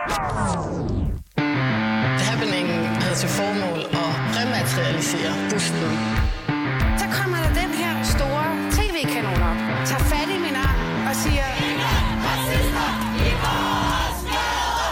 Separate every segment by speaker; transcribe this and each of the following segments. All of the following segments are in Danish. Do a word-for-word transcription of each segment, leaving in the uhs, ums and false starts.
Speaker 1: Happeningen havde til formål at rematerialisere busten.
Speaker 2: Så kommer der den her store tv-kanon op, tager fat i min arm og siger... Ingen racister i vores gader!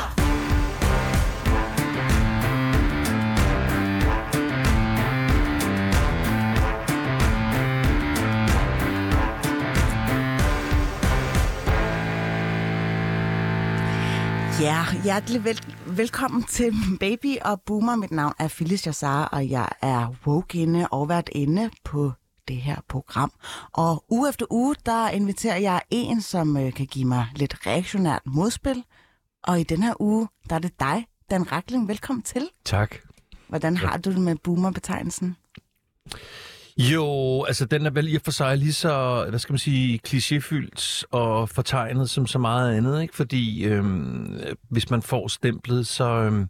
Speaker 3: Ja, hjertelig vel- velkommen til Baby og Boomer. Mit navn er Phyllis Jassar, og jeg er woke-inde og vært inde på det her program. Og uge efter uge, der inviterer jeg en, som øh, kan give mig lidt reaktionært modspil. Og i den her uge, der er det dig, Dan Rachlin. Velkommen til.
Speaker 4: Tak.
Speaker 3: Hvordan har du det med boomer-betegnelsen?
Speaker 4: Jo, altså den er vel i og for sig lige så, hvad skal man sige, klichéfyldt og fortegnet som så meget andet, ikke? Fordi øhm, hvis man får stemplet, så, øhm,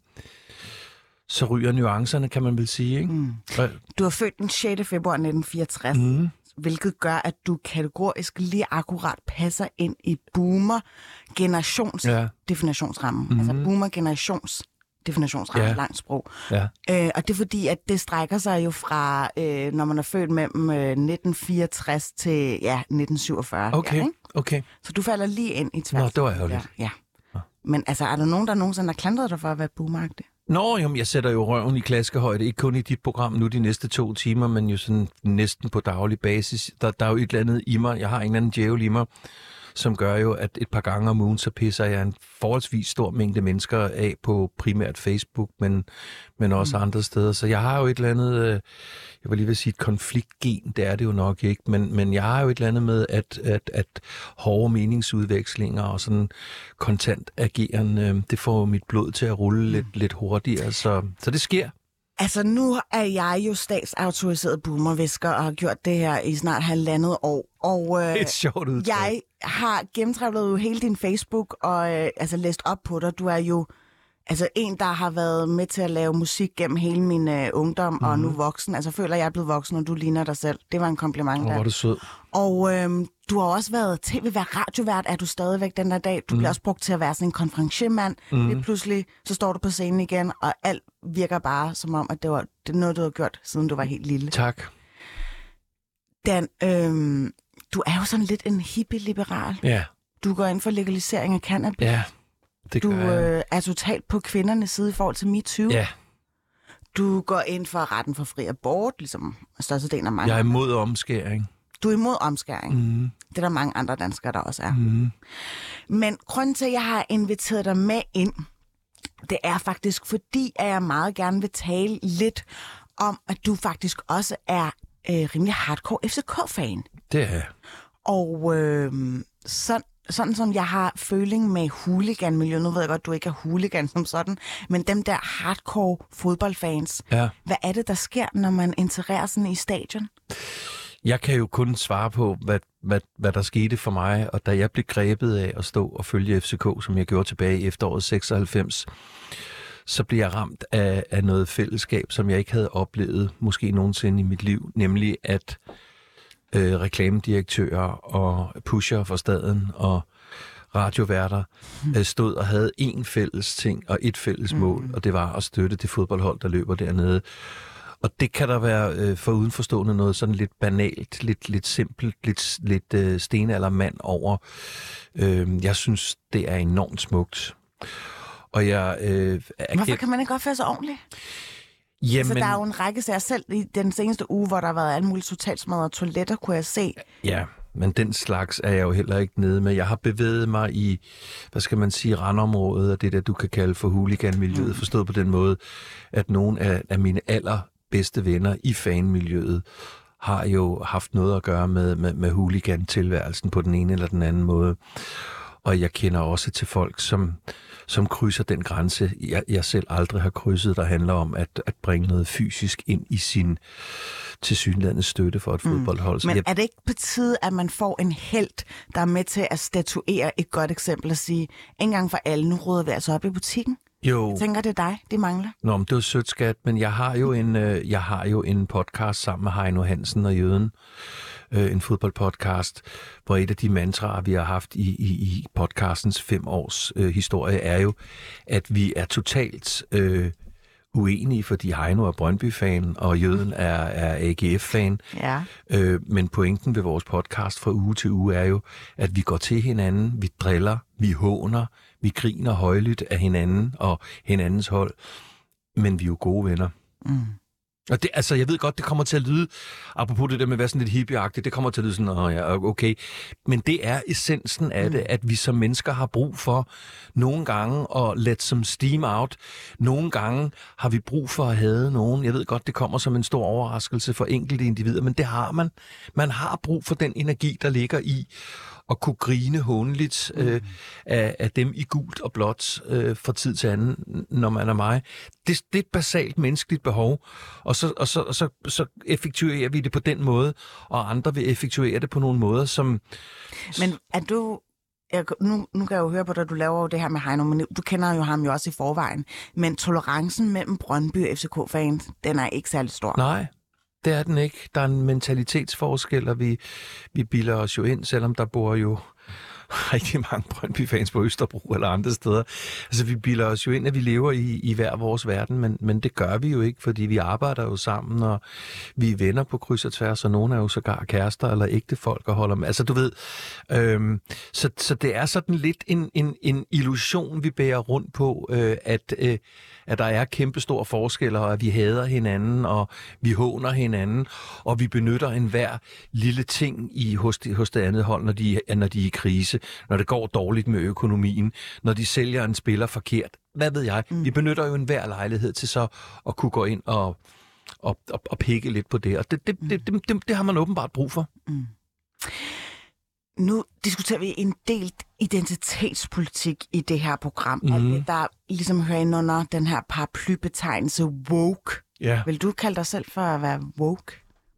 Speaker 4: så ryger nuancerne, kan man vel sige, ikke?
Speaker 3: Mm. Du er født den sjette februar nitten fireogtres, mm. hvilket gør, at du kategorisk lige akkurat passer ind i boomer-generations ja. definitionsrammen. Mm. Altså boomer-generations definitionsramme, ja. langt sprog. Ja. Øh, og det er fordi, at det strækker sig jo fra, øh, når man er født mellem øh, nitten fireogtres til ja, nitten syvogfyrre.
Speaker 4: Okay,
Speaker 3: ja, ikke?
Speaker 4: okay.
Speaker 3: Så du falder lige ind i tværs.
Speaker 4: Nå, det var ærgerligt.
Speaker 3: Ja, ja. Men altså, er der nogen, der nogensinde har klandret dig for at være boomeragtig?
Speaker 4: Nå, jo, jeg sætter jo røven i klaskehøjde, ikke kun i dit program nu de næste to timer, men jo sådan næsten på daglig basis. Der, der er jo et eller andet i mig, jeg har en eller anden djævel i mig, som gør jo, at et par gange om ugen, så pisser jeg en forholdsvis stor mængde mennesker af på primært Facebook, men, men også mm. andre steder. Så jeg har jo et eller andet, jeg vil lige vil sige et konfliktgen, det er det jo nok ikke, men, men jeg har jo et eller andet med, at, at, at hårde meningsudvekslinger og sådan kontant ageren, det får mit blod til at rulle mm. lidt, lidt hurtigere, så, så det sker.
Speaker 3: Altså, nu er jeg jo statsautoriseret boomervisker og har gjort det her i snart halvandet år. Og øh,
Speaker 4: et sjovt udtryk.
Speaker 3: Jeg har gennemtrævlet hele din Facebook og øh, altså læst op på dig. Du er jo altså en, der har været med til at lave musik gennem hele min øh, ungdom mm-hmm. og nu voksen. Altså, føler jeg er blevet voksen, og du ligner dig selv. Det var en kompliment.
Speaker 4: Hvor var du sød.
Speaker 3: Og øh, du har også været tv-vært, radiovært, er du stadigvæk den der dag. Du mm. bliver også brugt til at være sådan en konferenciemand. Mm. Lige pludselig, så står du på scenen igen, og alt virker bare som om, at det var det er noget, du har gjort, siden du var helt lille.
Speaker 4: Tak.
Speaker 3: Dan, øh, du er jo sådan lidt en hippie-liberal.
Speaker 4: Ja.
Speaker 3: Du går ind for legalisering af cannabis.
Speaker 4: Ja, det gør
Speaker 3: du
Speaker 4: jeg.
Speaker 3: øh, er totalt på kvindernes side i forhold til MeToo.
Speaker 4: Ja.
Speaker 3: Du går ind for retten for fri abort, ligesom størstedelen af mange.
Speaker 4: Jeg er imod omskæring.
Speaker 3: Du er imod omskæring. Mm. Det er der mange andre danskere, der også er. Mm. Men grunden til, at jeg har inviteret dig med ind, det er faktisk fordi, at jeg meget gerne vil tale lidt om, at du faktisk også er øh, rimelig hardcore F C K-fan.
Speaker 4: Det er jeg.
Speaker 3: Og øh, sådan, sådan som jeg har føling med hooligan-miljøet, nu ved jeg godt, du ikke er hooligan som sådan, men dem der hardcore fodboldfans,
Speaker 4: ja. Hvad
Speaker 3: er det, der sker, når man integrerer sådan i stadion?
Speaker 4: Jeg kan jo kun svare på, hvad, hvad, hvad der skete for mig, og da jeg blev grebet af at stå og følge F C K, som jeg gjorde tilbage i efteråret seksoghalvfems, så blev jeg ramt af, af noget fællesskab, som jeg ikke havde oplevet måske nogensinde i mit liv, nemlig at øh, reklamedirektører og pusher for staden og radioværter øh, stod og havde én fælles ting og et fælles mm. mål, og det var at støtte det fodboldhold, der løber dernede. Og det kan der være øh, for udenforstående noget sådan lidt banalt, lidt, lidt simpelt, lidt, lidt øh, stenaldermand over. Øh, jeg synes, det er enormt smukt. Og jeg, øh,
Speaker 3: Hvorfor kan man ikke opføre sig ordentligt?
Speaker 4: Jamen,
Speaker 3: altså, der er jo en række sager selv i den seneste uge, hvor der har været alle mulige totalt smadrede toiletter, kunne jeg se.
Speaker 4: Ja, men den slags er jeg jo heller ikke nede med. Jeg har bevæget mig i, hvad skal man sige, randområdet, og det der, du kan kalde for hooligan-miljøet, mm. forstået på den måde, at nogle af, af mine allerbedste venner i fanmiljøet har jo haft noget at gøre med, med, med hooligan-tilværelsen på den ene eller den anden måde. Og jeg kender også til folk, som, som krydser den grænse, jeg, jeg selv aldrig har krydset, der handler om at, at bringe noget fysisk ind i sin tilsyneladende støtte for et mm. fodboldhold.
Speaker 3: Men
Speaker 4: jeg...
Speaker 3: er det ikke på tide, at man får en helt, der er med til at statuere et godt eksempel og sige, en gang for alle, nu råder vi altså op i butikken?
Speaker 4: Jo.
Speaker 3: Jeg tænker, det er dig, det mangler.
Speaker 4: Nå, men det var sødt, skat, men jeg har jo en, øh, jeg har jo en podcast sammen med Heino Hansen og Jøden, øh, en fodboldpodcast, hvor et af de mantraer, vi har haft i, i, i podcastens fem års øh, historie, er jo, at vi er totalt øh, uenige, fordi Heino er Brøndby-fan, og Jøden er, er A G F-fan.
Speaker 3: Ja.
Speaker 4: Øh, men pointen ved vores podcast fra uge til uge er jo, at vi går til hinanden, vi driller, vi håner, vi griner højlydt af hinanden og hinandens hold, men vi er jo gode venner. Mm. Og det, altså, jeg ved godt, det kommer til at lyde, apropos det der med at være sådan lidt hippieagtigt, det kommer til at lyde sådan, åh ja, okay. Men det er essensen af mm. det, at vi som mennesker har brug for nogle gange at let some steam out. Nogle gange har vi brug for at have nogen. Jeg ved godt, det kommer som en stor overraskelse for enkelte individer, men det har man. Man har brug for den energi, der ligger i at kunne grine håndeligt øh, af, af dem i gult og blåt øh, fra tid til anden, når man er mig. Det, det er et basalt menneskeligt behov, og så, og, så, og så, så effektuerer vi det på den måde, og andre vil effektuere det på nogle måder, som...
Speaker 3: Men er du... Jeg, nu, nu kan jeg jo høre på dig, du laver jo det her med Heino, men du kender jo ham jo også i forvejen. Men tolerancen mellem Brøndby og F C K-fans, den er ikke særlig stor.
Speaker 4: Nej. Det er den ikke. Der er en mentalitetsforskel, og vi, vi bilder os jo ind, selvom der bor jo rigtig mange Brøndby-fans på Østerbro eller andre steder. Altså, vi bilder os jo ind, at vi lever i, i hver vores verden, men, men det gør vi jo ikke, fordi vi arbejder jo sammen, og vi er venner på kryds og tværs, og nogle er jo sågar kærester eller ægte folk og holder med. Altså, du ved, øhm, så, så det er sådan lidt en, en, en illusion, vi bærer rundt på, øh, at, øh, at der er kæmpe store forskelle, og at vi hader hinanden, og vi håner hinanden, og vi benytter enhver lille ting i, hos, de, hos det andet hold, når de, når de er i krise, når det går dårligt med økonomien, når de sælger en spiller forkert. Hvad ved jeg? Mm. Vi benytter jo enhver lejlighed til så at kunne gå ind og, og, og, og pikke lidt på det, og det, det, mm. det, det, det, det har man åbenbart brug for.
Speaker 3: Mm. Nu diskuterer vi en del identitetspolitik i det her program, mm. at der ligesom hører ind under den her paraplybetegnelse woke.
Speaker 4: Yeah.
Speaker 3: Vil du kalde dig selv for at være woke?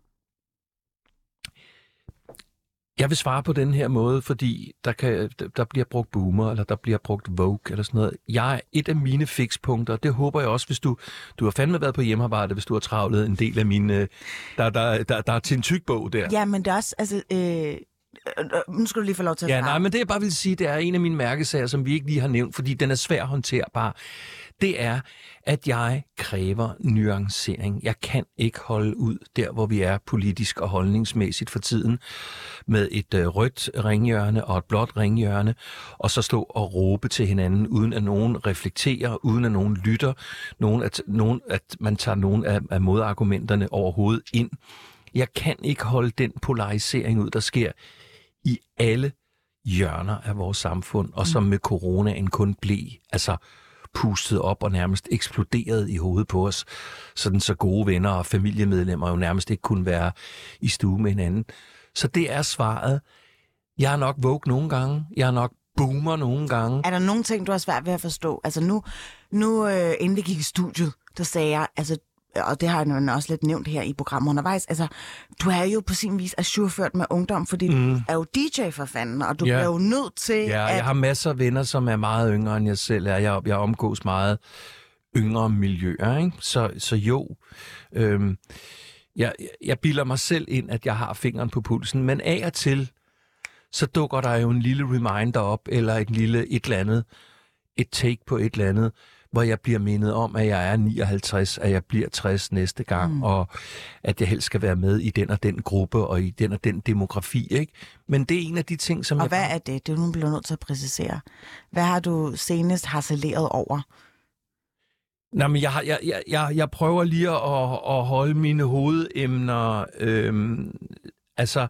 Speaker 4: Jeg vil svare på den her måde, fordi der, kan, der bliver brugt boomer, eller der bliver brugt woke, eller sådan noget. Jeg, et af mine fikspunkter, det håber jeg også, hvis du... Du har fandme været på hjemmearbejde, hvis du har travlet en del af mine... Der, der, der, der er til en tyk bog der.
Speaker 3: Ja, men det er også... Altså, øh, nu skal du lige få lov til at
Speaker 4: ja,
Speaker 3: svare.
Speaker 4: Nej, men det jeg bare vil sige, det er en af mine mærkesager, som vi ikke lige har nævnt, fordi den er svær håndterbar. Det er, at jeg kræver nuancering. Jeg kan ikke holde ud der, hvor vi er politisk og holdningsmæssigt for tiden, med et øh, rødt ringhjørne og et blåt ringhjørne, og så stå og råbe til hinanden, uden at nogen reflekterer, uden at nogen lytter, nogen at, nogen, at man tager nogen af, af modargumenterne overhovedet ind. Jeg kan ikke holde den polarisering ud, der sker i alle hjørner af vores samfund, og som med coronaen kun blev altså pustet op og nærmest eksploderet i hovedet på os, sådan så gode venner og familiemedlemmer jo nærmest ikke kunne være i stue med hinanden. Så det er svaret. Jeg er nok woke nogle gange. Jeg er nok boomer nogle gange.
Speaker 3: Er der nogle ting, du har svært ved at forstå? Altså nu, nu øh, inden vi gik i studiet, der sagde jeg, altså, og det har jeg også lidt nævnt her i programmet undervejs, altså, du er jo på sin vis ajourført med ungdom, fordi mm. du er jo D J for fanden, og du yeah. er jo nødt til
Speaker 4: ja,
Speaker 3: at...
Speaker 4: jeg har masser af venner, som er meget yngre end jeg selv er. Jeg, jeg omgås meget yngre miljøer, ikke? Så, så jo, øhm, jeg, jeg bilder mig selv ind, at jeg har fingeren på pulsen, men af og til, så dukker der jo en lille reminder op, eller et lille et eller andet, et take på et eller andet, hvor jeg bliver mindet om, at jeg er nioghalvtreds, at jeg bliver tres næste gang, mm. og at jeg helst skal være med i den og den gruppe, og i den og den demografi, ikke? Men det er en af de ting, som
Speaker 3: og
Speaker 4: jeg...
Speaker 3: hvad er det? Det er nu blevet nødt til at præcisere. Hvad har du senest harceleret over?
Speaker 4: Nej, men jeg, jeg, jeg, jeg, jeg prøver lige at, at holde mine hovedemner... Øhm, altså,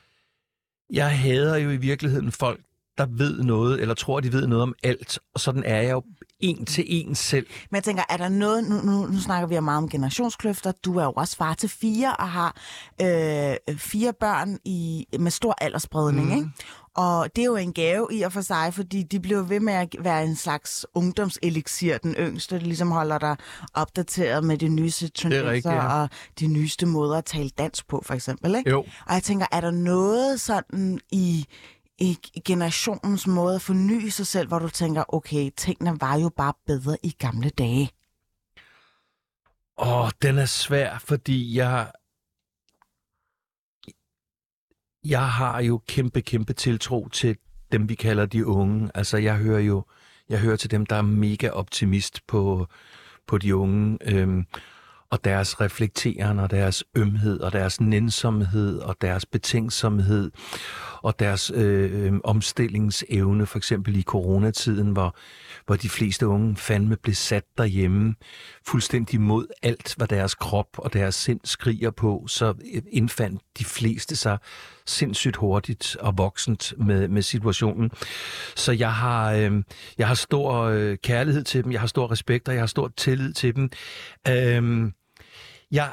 Speaker 4: jeg hader jo i virkeligheden folk, der ved noget, eller tror, de ved noget om alt, og sådan er jeg jo en til en selv.
Speaker 3: Men jeg tænker, er der noget, nu, nu, nu snakker vi jo meget om generationskløfter, du er jo også far til fire, og har øh, fire børn i, med stor aldersspredning, mm. ikke? Og det er jo en gave i og for sig, fordi de bliver ved med at være en slags ungdomseliksir, den yngste, der ligesom holder dig opdateret med de nyeste tendenser ja. og de nyeste måder at tale dansk på, for eksempel, ikke?
Speaker 4: Jo.
Speaker 3: Og jeg tænker, er der noget sådan i... i generationens måde at forny sig selv, hvor du tænker, okay, tingene var jo bare bedre i gamle dage?
Speaker 4: Åh, den er svær, fordi jeg... Jeg har jo kæmpe, kæmpe tiltro til dem, vi kalder de unge. Altså, jeg hører jo jeg hører til dem, der er mega optimist på, på de unge, øhm, og deres reflekteren, og deres ømhed, og deres nænsomhed, og deres betænksomhed, og deres øh, omstillingsevne, for eksempel i coronatiden, hvor, hvor de fleste unge fandme blev sat derhjemme, fuldstændig mod alt, hvad deres krop og deres sind skriger på, så indfandt de fleste sig sindssygt hurtigt og voksent med, med situationen. Så jeg har, øh, jeg har stor øh, kærlighed til dem, jeg har stor respekt, og jeg har stor tillid til dem. Øh, jeg...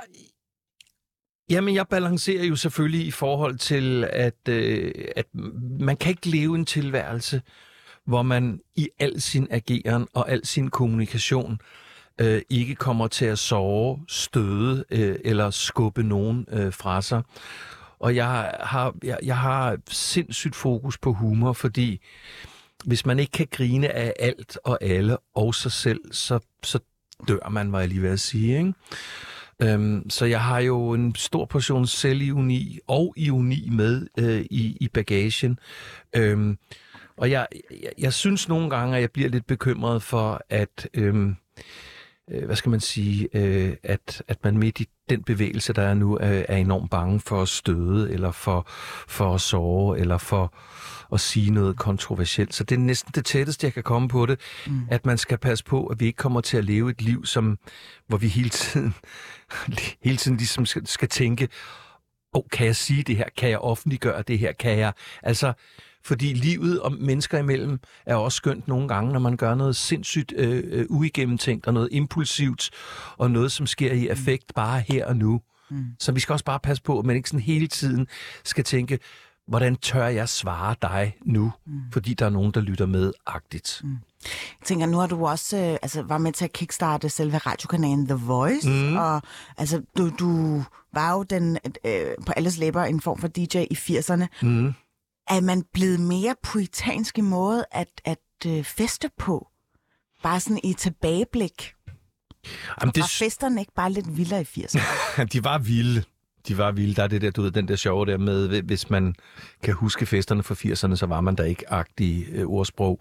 Speaker 4: Jamen, jeg balancerer jo selvfølgelig i forhold til, at, øh, at man kan ikke leve en tilværelse, hvor man i al sin ageren og al sin kommunikation øh, ikke kommer til at såre, støde øh, eller skubbe nogen øh, fra sig. Og jeg har, jeg, jeg har sindssygt fokus på humor, fordi hvis man ikke kan grine af alt og alle og sig selv, så, så dør man, var jeg lige ved at sige, ikke? Øhm, så jeg har jo en stor portion selvironi og ironi med øh, i, i bagagen. Øhm, og jeg, jeg, jeg synes nogle gange, at jeg bliver lidt bekymret for, at, øhm, øh, hvad skal man sige, øh, at, at man midt i den bevægelse, der er nu, øh, er enormt bange for at støde, eller for, for at såre, eller for at sige noget kontroversielt. Så det er næsten det tætteste, jeg kan komme på det, mm. at man skal passe på, at vi ikke kommer til at leve et liv, som, hvor vi hele tiden, hele tiden ligesom skal, skal tænke, oh, kan jeg sige det her? Kan jeg offentliggøre det her? Kan jeg? Altså, fordi livet og mennesker imellem er også skønt nogle gange, når man gør noget sindssygt øh, uigennemtænkt og noget impulsivt, og noget, som sker i affekt bare her og nu. Mm. Så vi skal også bare passe på, at man ikke sådan hele tiden skal tænke, hvordan tør jeg svare dig nu? Mm. Fordi der er nogen, der lytter med-agtigt. Mm.
Speaker 3: Jeg tænker, nu har du også øh, altså, var med til at kickstarte selve radiokanalen The Voice, mm. og altså, du, du var jo den, øh, på alles læber en form for D J i firserne. Mm. Er man blevet mere puritansk i måde at, at øh, feste på? Bare sådan i tilbageblik? Jamen, det... Var festerne ikke bare lidt vildere i firserne?
Speaker 4: De var vilde. De var vilde. Der er det der, du ved, den der sjove der med, hvis man kan huske festerne fra firserne, så var man der ikke agtig øh, ordsprog.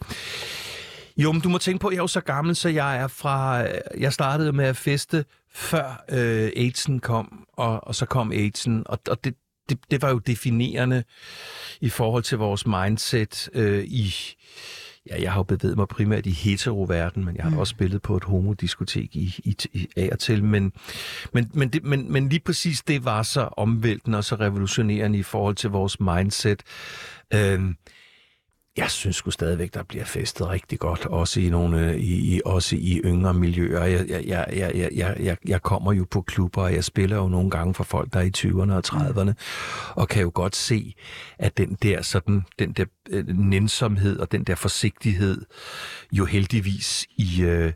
Speaker 4: Jo, men du må tænke på, at jeg er jo så gammel, så jeg er fra... Jeg startede med at feste, før øh, AIDS'en kom, og, og så kom AIDS'en, og, og det, det, det var jo definerende i forhold til vores mindset øh, i... Ja, jeg har jo bevæget mig primært i hetero-verden, men jeg har mm. også spillet på et homodiskotek i, i, i af og til. Men, men, men, det, men, men lige præcis det var så omvæltende og så revolutionerende i forhold til vores mindset. Øhm, jeg synes sgu stadigvæk, der bliver festet rigtig godt, også i nogle, i, i, også i yngre miljøer. Jeg, jeg, jeg, jeg, jeg, jeg, jeg kommer jo på klubber, og jeg spiller jo nogle gange for folk, der er i tyverne og trediverne, og kan jo godt se, at den der, sådan, den der øh, nænsomhed og den der forsigtighed jo heldigvis i, øh,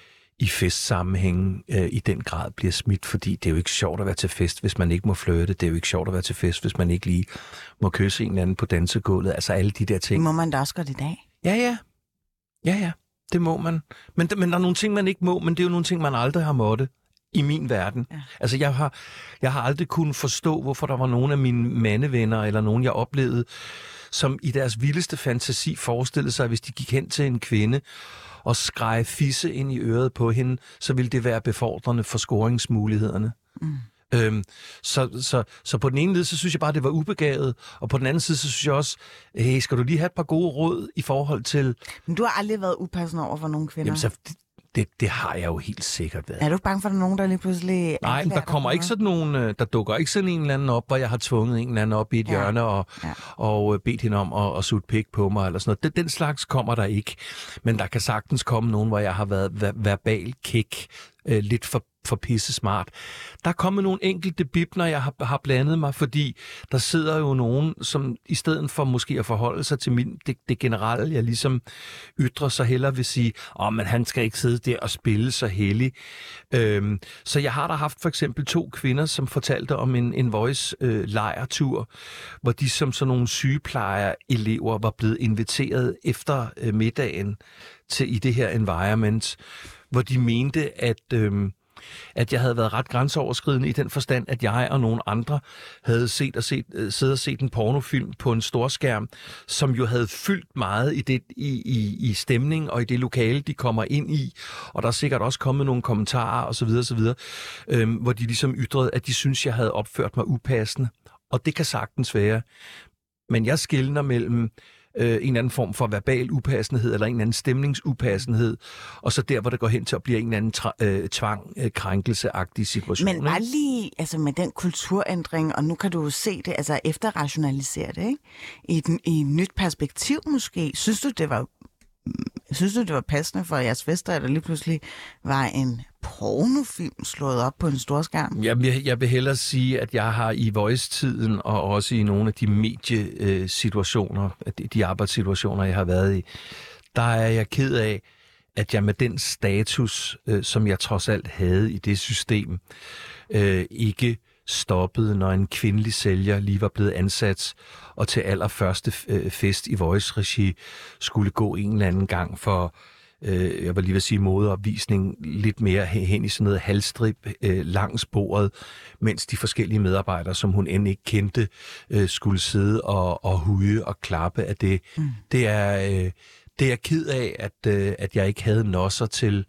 Speaker 4: i festsammenhængen øh, i den grad bliver smidt, fordi det er jo ikke sjovt at være til fest, hvis man ikke må flirte. Det er jo ikke sjovt at være til fest, hvis man ikke lige må kysse en eller anden på dansegulvet. Altså alle de der ting.
Speaker 3: Må man da også godt i dag?
Speaker 4: Ja, ja. Ja, ja. Det må man. Men, men der er nogle ting, man ikke må, men det er jo nogle ting, man aldrig har måttet i min verden. Ja. Altså jeg har, jeg har aldrig kunnet forstå, hvorfor der var nogle af mine mandevenner, eller nogen, jeg oplevede, som i deres vildeste fantasi forestillede sig, at hvis de gik hen til en kvinde, og skreg fisse ind i øret på hende, så ville det være befordrende for scoringsmulighederne. Mm. Øhm, så, så, så på den ene side, så synes jeg bare, det var ubegavet, og på den anden side, så synes jeg også, hey, skal du lige have et par gode råd i forhold til...
Speaker 3: Men du har aldrig været upassende over for nogle kvinder?
Speaker 4: Jamen, så, det, det, det har jeg jo helt sikkert været.
Speaker 3: Er du ikke bange for, at der er nogen, der lige pludselig...
Speaker 4: Nej, men der kommer ikke sådan nogen, der dukker ikke sådan en eller anden op, hvor jeg har tvunget en eller anden op i et ja. hjørne og, ja. og bedt hende om at, at sutte pik på mig, eller sådan noget. Den, den slags kommer der ikke. Men der kan sagtens komme nogen, hvor jeg har været ver- verbal kick, øh, lidt for for pisse smart. Der er kommet nogle enkelte bibner, jeg har, har blandet mig, fordi der sidder jo nogen, som i stedet for måske at forholde sig til min, det, det generelle, jeg ligesom ytrer sig hellere vil sige, åh, oh, men han skal ikke sidde der og spille så hellig. Øhm, så jeg har da haft for eksempel to kvinder, som fortalte om en, en voice-lejrtur, øh, hvor de som sådan nogle sygeplejer-elever var blevet inviteret efter øh, middagen til i det her environment, hvor de mente, at, øh, at jeg havde været ret grænseoverskridende i den forstand, at jeg og nogle andre havde set og set, øh, siddet og set en pornofilm på en storskærm, som jo havde fyldt meget i, det, i, i, i stemning og i det lokale, de kommer ind i. Og der er sikkert også kommet nogle kommentarer osv., osv., øh, hvor de ligesom ytrede, at de synes, jeg havde opført mig upassende. Og det kan sagtens være. Men jeg skelner mellem øh, en eller anden form for verbal upassenhed, eller en eller anden stemningsupassenhed, og så der, hvor det går hen til at blive en eller anden tra- øh, tvang, øh, krænkelseagtig situation.
Speaker 3: Men bare lige altså med den kulturændring, og nu kan du jo se det, altså efterrationalisere det, ikke? I, den, i et nyt perspektiv måske. Synes du, det var Synes du, det var passende for jeres fester, at der lige pludselig var en pornofilm slået op på en stor skærm?
Speaker 4: Jamen, jeg, jeg vil hellere sige, at jeg har i Voice-tiden, og også i nogle af de mediesituationer, de, de arbejdssituationer, jeg har været i, der er jeg ked af, at jeg med den status, øh, som jeg trods alt havde i det system, øh, ikke stoppede, når en kvindelig sælger lige var blevet ansat, og til allerførste øh, fest i Voice-regi skulle gå en eller anden gang for, øh, jeg var lige ved at sige modeopvisning, lidt mere hen i sådan noget halvstrip øh, langs bordet, mens de forskellige medarbejdere, som hun end ikke kendte, øh, skulle sidde og, og huge og klappe af det. Mm. Det er øh, det er jeg ked af, at, øh, at jeg ikke havde nosser til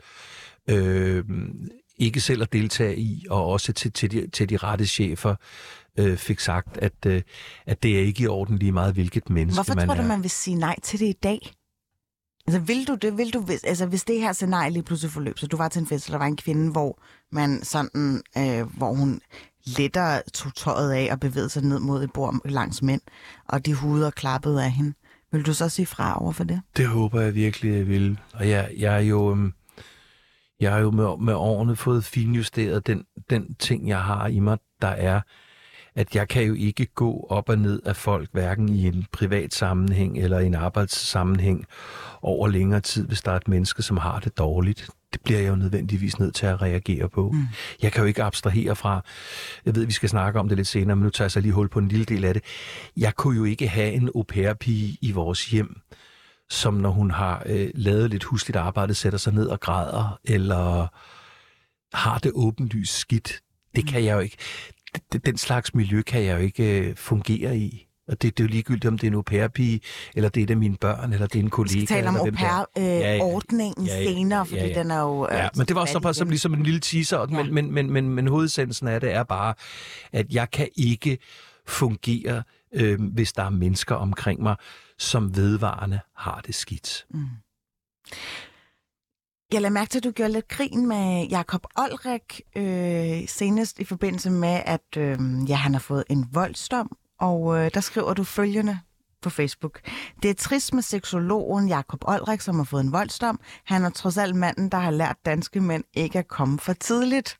Speaker 4: øh, ikke selv at deltage i, og også til, til, de, til de rette chefer øh, fik sagt, at, øh, at det er ikke i orden lige meget, hvilket menneske
Speaker 3: Hvorfor
Speaker 4: man er.
Speaker 3: Hvorfor tror du, man vil sige nej til det i dag? Altså, vil du det? Vil du, hvis, altså, hvis det her scenarie lige pludselig forløb, så du var til en fest, og der var en kvinde, hvor man sådan, øh, hvor hun lettere tog tøjet af og bevægede sig ned mod et bord langs mænd, og de hudede og klappede af hende. Vil du så sige fra over for det?
Speaker 4: Det håber jeg virkelig, jeg vil. Og jeg, jeg er jo... Øh, Jeg har jo med, med årene fået finjusteret den, den ting, jeg har i mig, der er, at jeg kan jo ikke gå op og ned af folk, hverken i en privat sammenhæng eller i en arbejdssammenhæng, over længere tid, hvis der er et menneske, som har det dårligt. Det bliver jeg jo nødvendigvis nødt til at reagere på. Mm. Jeg kan jo ikke abstrahere fra, jeg ved, vi skal snakke om det lidt senere, men nu tager jeg så lige hul på en lille del af det. Jeg kunne jo ikke have en au pair-pige i vores hjem, som når hun har øh, lavet lidt husligt arbejde, sætter sig ned og græder, eller har det åbenlyst skidt. Det kan jeg jo ikke. Den slags miljø kan jeg jo ikke øh, fungere i. Og det, det er jo ligegyldigt, om det er en au pair-pige, eller det er det mine børn, eller det er en kollega. Vi
Speaker 3: skal tale om au pair-ordningen
Speaker 4: ja, ja,
Speaker 3: senere, fordi ja, ja. den er jo...
Speaker 4: Ja, men det var også så bare som, ligesom en lille teaser, ja. men, men, men, men, men hovedessensen af det er bare, at jeg kan ikke fungere, øh, hvis der er mennesker omkring mig, som vedvarende har det skidt. Mm.
Speaker 3: Jeg lader mærke til, at du gjorde lidt grin med Jakob Olrik øh, senest i forbindelse med, at øh, ja, han har fået en voldsdom, og øh, der skriver du følgende på Facebook. Det er trist med seksologen Jakob Olrik, som har fået en voldsdom. Han er trods alt manden, der har lært danske mænd ikke at komme for tidligt.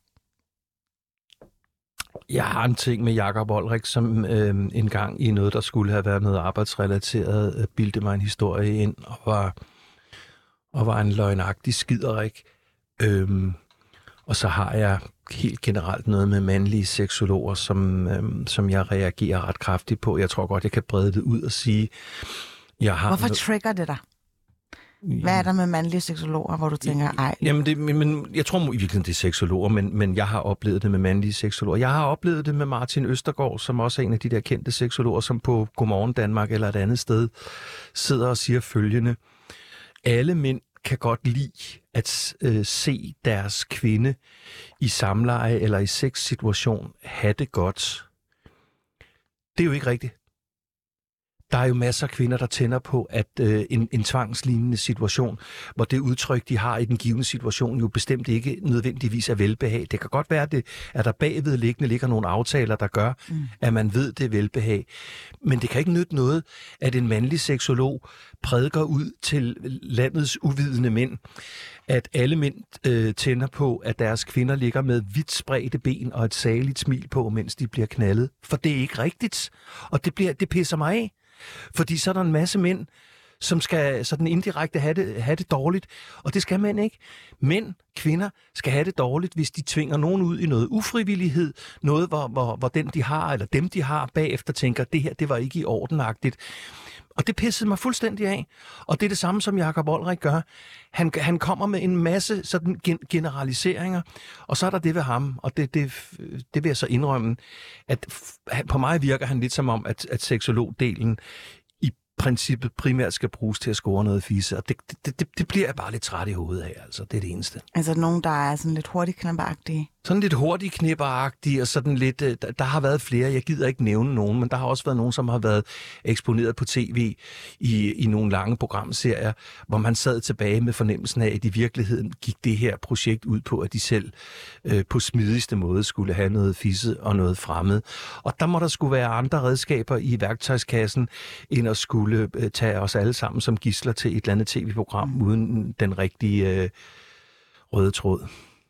Speaker 4: Jeg har en ting med Jakob Olrik, som øh, en gang i noget, der skulle have været noget arbejdsrelateret, øh, bildte mig en historie ind, og var, og var en løgnagtig skiderik. Øhm, og så har jeg helt generelt noget med mandlige seksologer, som, øh, som jeg reagerer ret kraftigt på. Jeg tror godt, jeg kan brede det ud og sige... Jeg har
Speaker 3: Hvorfor
Speaker 4: no-
Speaker 3: trigger det dig? Hvad er der med mandlige seksologer, hvor du tænker, ej?
Speaker 4: Jamen, det, men, jeg tror i virkeligheden, det er seksologer, men, men jeg har oplevet det med mandlige seksologer. Jeg har oplevet det med Martin Østergaard, som også er en af de der kendte seksologer, som på Godmorgen Danmark eller et andet sted sidder og siger følgende. Alle mænd kan godt lide at øh, se deres kvinde i samleje eller i sexsituation have det godt. Det er jo ikke rigtigt. Der er jo masser af kvinder, der tænder på, at øh, en, en tvangslignende situation, hvor det udtryk, de har i den givne situation, jo bestemt ikke nødvendigvis er velbehag. Det kan godt være, at, det, at der bagvedliggende ligger nogle aftaler, der gør, mm. at man ved, det er velbehag. Men det kan ikke nytte noget, at en mandlig seksolog prædiker ud til landets uvidende mænd, at alle mænd øh, tænder på, at deres kvinder ligger med vidt spredte ben og et saligt smil på, mens de bliver knaldet. For det er ikke rigtigt. Og det, bliver, det pisser mig af. Fordi så er der en masse mænd, som skal sådan indirekte have det, have det dårligt. Og det skal mænd ikke. Mænd, kvinder skal have det dårligt, hvis de tvinger nogen ud i noget ufrivillighed. Noget, hvor, hvor, hvor den, de har, eller dem, de har, bagefter tænker, det her, det var ikke i ordenagtigt. Og det pissede mig fuldstændig af. Og det er det samme, som Jacob Olrik gør. Han, han kommer med en masse sådan gen- generaliseringer, og så er der det ved ham, og det, det, det vil jeg så indrømme, at f- på mig virker han lidt som om, at, at seksologdelen i princippet primært skal bruges til at score noget fisse, og det, det, det, det bliver jeg bare lidt træt i hovedet af, altså. Det er det eneste.
Speaker 3: Altså nogen, der er sådan lidt hurtigknapperagtige?
Speaker 4: Sådan lidt hurtigknipperagtige, og sådan lidt... Der, der har været flere, jeg gider ikke nævne nogen, men der har også været nogen, som har været eksponeret på tv i, i nogle lange programserier, hvor man sad tilbage med fornemmelsen af, at i virkeligheden gik det her projekt ud på, at de selv øh, på smidigste måde skulle have noget fisse og noget fremmed. Og der må der skulle være andre redskaber i værktøjskassen, end at skulle øh, tage os alle sammen som gidsler til et eller andet tv-program, mm. uden den rigtige øh, røde tråd.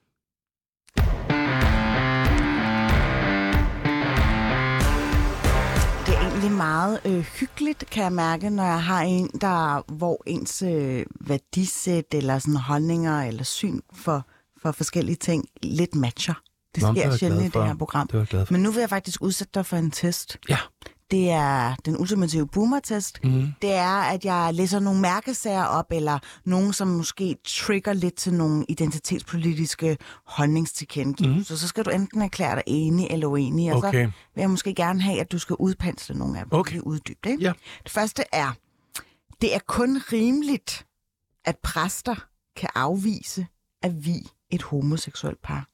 Speaker 3: Det er egentlig meget øh, hyggeligt, kan jeg mærke, når jeg har en, der, hvor ens øh, værdisæt eller sådan holdninger eller syn for, for forskellige ting lidt matcher. Det sker Nå, sjældent i det her program.
Speaker 4: Det
Speaker 3: Men nu vil jeg faktisk udsætte dig for en test.
Speaker 4: Ja.
Speaker 3: Det er den ultimative boomer-test. Mm. Det er, at jeg læser nogle mærkesager op, eller nogen, som måske trigger lidt til nogle identitetspolitiske holdningstilkendegivelser. Mm. Så skal du enten erklære dig enig eller uenig, og okay. så vil jeg måske gerne have, at du skal udpensle nogle af dem.
Speaker 4: Okay.
Speaker 3: Uddybe, ikke?
Speaker 4: Ja.
Speaker 3: Det første er, det er kun rimeligt, at præster kan afvise at vie et homoseksuelt par.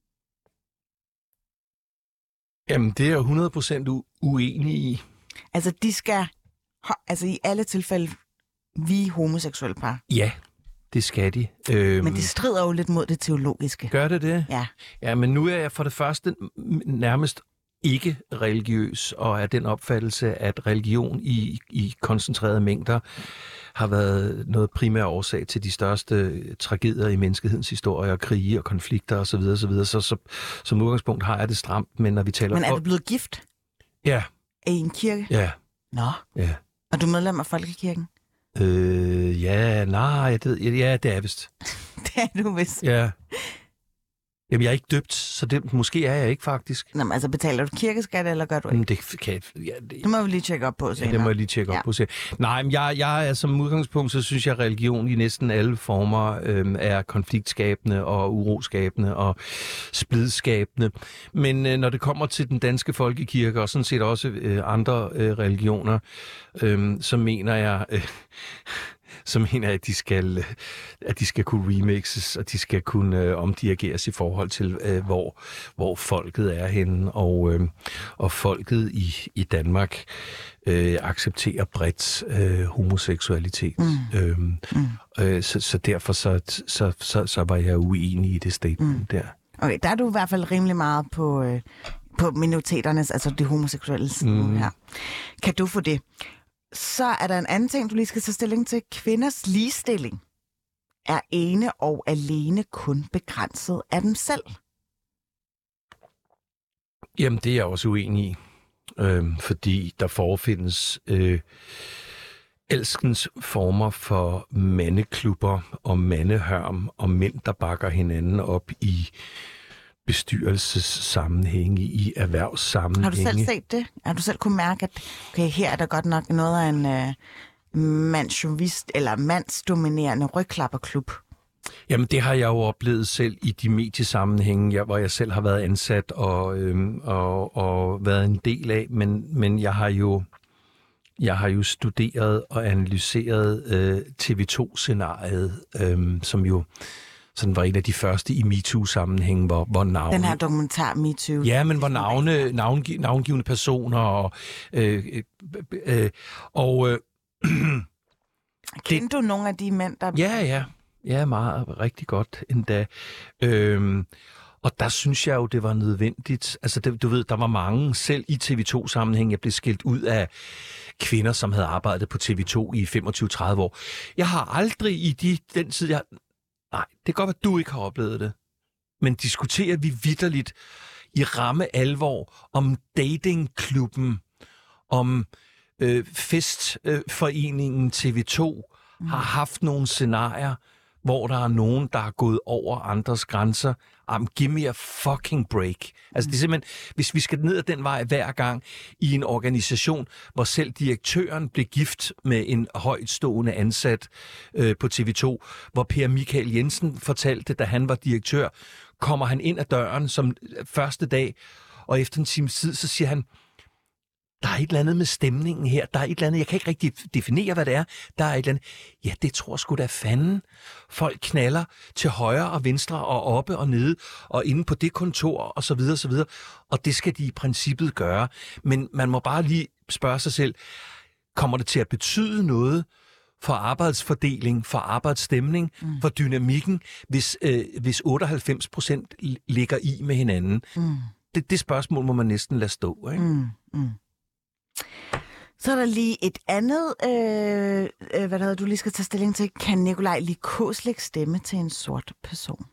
Speaker 4: Jamen, det er jeg hundrede procent u- uenig i.
Speaker 3: Altså, de skal altså i alle tilfælde vie homoseksuelle par.
Speaker 4: Ja, det skal de. Øhm,
Speaker 3: men det strider jo lidt mod det teologiske.
Speaker 4: Gør det det?
Speaker 3: Ja.
Speaker 4: Ja, men nu er jeg for det første nærmest ikke religiøs, og er den opfattelse, at religion i, i koncentrerede mængder har været noget primær årsag til de største tragedier i menneskehedens historie, og krige og konflikter osv. osv. Så, så, så som udgangspunkt har jeg det stramt, men når vi taler...
Speaker 3: Men er du blevet gift?
Speaker 4: Ja.
Speaker 3: I en kirke?
Speaker 4: Ja.
Speaker 3: Nå.
Speaker 4: Ja.
Speaker 3: Er du medlem af Folkekirken?
Speaker 4: Øh, ja, nej, jeg ved, ja, det er vist.
Speaker 3: Det er du vist.
Speaker 4: Ja. Jamen, jeg er ikke døbt, så det, måske er jeg ikke faktisk.
Speaker 3: Nå, men altså, betaler du kirkeskat, eller gør du ikke?
Speaker 4: Det kan ja, det,
Speaker 3: det må vi lige tjekke op på senere.
Speaker 4: Ja, det må jeg lige tjekke op ja. på senere. Nej, men jeg, jeg er som udgangspunkt, så synes jeg, at religion i næsten alle former øh, er konfliktskabende og uroskabende og splidskabende. Men øh, når det kommer til den danske folkekirke, og sådan set også øh, andre øh, religioner, øh, så mener jeg... Øh, så mener jeg, at de skal, at de skal kunne remixes, og de skal kunne øh, omdirigeres i forhold til, øh, hvor, hvor folket er henne. Og, øh, og folket i, i Danmark øh, accepterer bredt øh, homoseksualitet. Mm. Øh, mm. øh, så, så derfor så, så, så, så var jeg uenig i det statement mm. der.
Speaker 3: Okay, der er du i hvert fald rimelig meget på, øh, på minoriteternes, altså det homoseksuelle side mm. her. Kan du få det? Så er der en anden ting, du lige skal tage stilling til. Kvinders ligestilling er ene og alene kun begrænset af dem selv.
Speaker 4: Jamen, det er jeg også uenig i. Øh, fordi der forefindes øh, elskens former for mandeklubber og mandehørm og mænd, der bakker hinanden op i bestyrelsessammenhænge, i erhvervssammenhænge.
Speaker 3: Har du selv set det? Har du selv kunne mærke, at okay, her er der godt nok noget af en uh, mandsjovist eller mandsdominerende rygklapperklub?
Speaker 4: Jamen, det har jeg jo oplevet selv i de mediesammenhænge, jeg, hvor jeg selv har været ansat og, øhm, og, og været en del af, men, men jeg har jo jeg har jo studeret og analyseret øh, T V to-scenariet, øh, som jo sådan var en af de første i MeToo-sammenhængen, hvor, hvor navne...
Speaker 3: Den her dokumentar MeToo.
Speaker 4: Ja, men hvor navne, navngi, navngivende personer og... Øh, øh, øh, og øh,
Speaker 3: Kendte du nogle af de mænd, der...
Speaker 4: Ja, ja. Ja, meget. Rigtig godt endda. Øhm, og der synes jeg jo, det var nødvendigt. Altså, det, du ved, der var mange, selv i T V to-sammenhæng, jeg blev skilt ud af kvinder, som havde arbejdet på T V to i femogtyve til tredive år. Jeg har aldrig i de, den tid, jeg... Nej, det kan godt være, at du ikke har oplevet det. Men diskuterer vi vitterligt i ramme alvor om datingklubben, om øh, festforeningen T V to mm. har haft nogle scenarier, hvor der er nogen, der er gået over andres grænser. Um, give me a fucking break. Altså det er simpelthen, hvis vi skal ned ad den vej hver gang i en organisation, hvor selv direktøren blev gift med en højtstående ansat øh, på T V to, hvor Per Michael Jensen fortalte, da han var direktør, kommer han ind ad døren som første dag, og efter en times tid, så siger han, der er et eller andet med stemningen her. Der er et eller andet, jeg kan ikke rigtig definere, hvad det er. Der er et eller andet. Ja, det tror sgu da fanden. Folk knaller til højre og venstre og oppe og nede og inde på det kontor og så videre og så videre. Og det skal de i princippet gøre. Men man må bare lige spørge sig selv, kommer det til at betyde noget for arbejdsfordeling, for arbejdsstemning, mm. for dynamikken, hvis, øh, hvis otteoghalvfems procent ligger i med hinanden? Mm. Det, det spørgsmål må man næsten lade stå, ikke?
Speaker 3: Mm. Mm. Så er der lige et andet, øh, øh, hvad der hedder, du lige skal tage stilling til. Kan Nikolaj Likos lægge stemme til en sort person?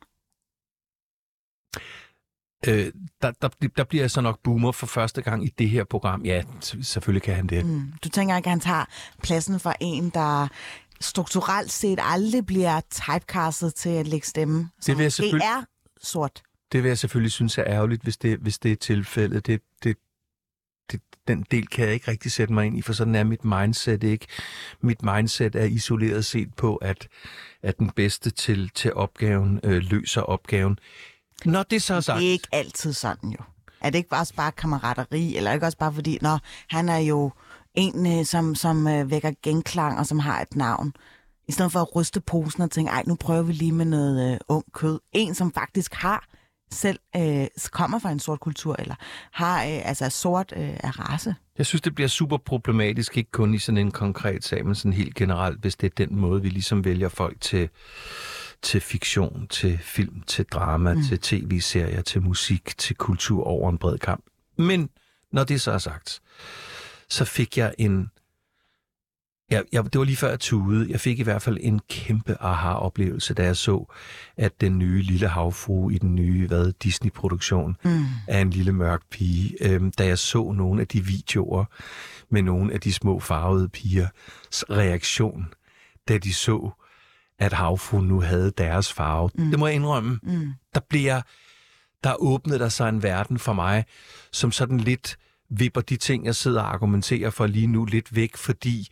Speaker 4: Øh, der, der, der bliver jeg så nok boomer for første gang i det her program. Ja, selvfølgelig kan han det. Mm.
Speaker 3: Du tænker ikke, at han tager pladsen for en, der strukturelt set aldrig bliver typecastet til at lægge stemme, som det selvfølgelig... er sort?
Speaker 4: Det vil jeg selvfølgelig synes er ærgerligt, hvis det, hvis det er tilfældet. Det, det, det, den del kan jeg ikke rigtig sætte mig ind i, for sådan er mit mindset ikke. Mit mindset er isoleret set på, at, at den bedste til, til opgaven øh, løser opgaven. Når det så er sagt...
Speaker 3: Det er ikke altid sådan jo. Er det ikke også bare kammerateri, eller er det ikke også bare fordi, når han er jo en, som, som øh, vækker genklang og som har et navn, i stedet for at ryste posen og tænke, ej, nu prøver vi lige med noget øh, ung kød. En, som faktisk har selv øh, kommer fra en sort kultur, eller har øh, altså sort øh, af race.
Speaker 4: Jeg synes, det bliver super problematisk, ikke kun i sådan en konkret sag, men sådan helt generelt, hvis det er den måde, vi ligesom vælger folk til, til fiktion, til film, til drama, mm. til tv-serier, til musik, til kultur over en bred kamp. Men når det så er sagt, så fik jeg en... Ja, jeg, det var lige før jeg tudede. Jeg fik i hvert fald en kæmpe aha-oplevelse, da jeg så, at den nye lille havfrue i den nye hvad, Disney-produktion mm. er en lille mørk pige. Øhm, da jeg så nogle af de videoer med nogle af de små farvede pigers reaktion, da de så, at havfruen nu havde deres farve. Mm. Det må jeg indrømme. Mm. Der bliver, der åbnede der sig en verden for mig, som sådan lidt vipper de ting, jeg sidder og argumenterer for lige nu lidt væk, fordi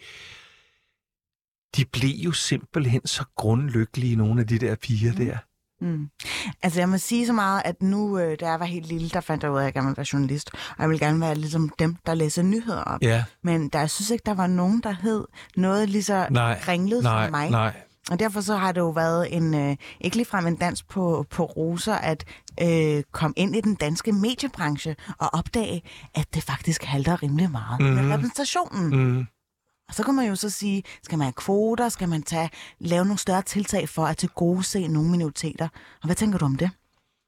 Speaker 4: de blev jo simpelthen så grundlykkelige, nogle af de der piger der.
Speaker 3: Mm. Altså jeg må sige så meget, at nu, øh, da jeg var helt lille, der fandt jeg ud af, at jeg gerne ville være journalist, og jeg ville gerne være ligesom dem, der læser nyheder op.
Speaker 4: Ja.
Speaker 3: Men der, jeg synes ikke, der var nogen, der hed noget lige så
Speaker 4: nej,
Speaker 3: ringlet
Speaker 4: nej,
Speaker 3: som mig.
Speaker 4: Nej.
Speaker 3: Og derfor så har det jo været en, øh, ikke ligefrem en dans på, på roser, at øh, komme ind i den danske mediebranche og opdage, at det faktisk halter rimelig meget mm. med repræsentationen. Mm. Og så kan man jo så sige, skal man have kvoter, skal man tage, lave nogle større tiltag for at tilgodese nogle minoriteter. Og hvad tænker du om det?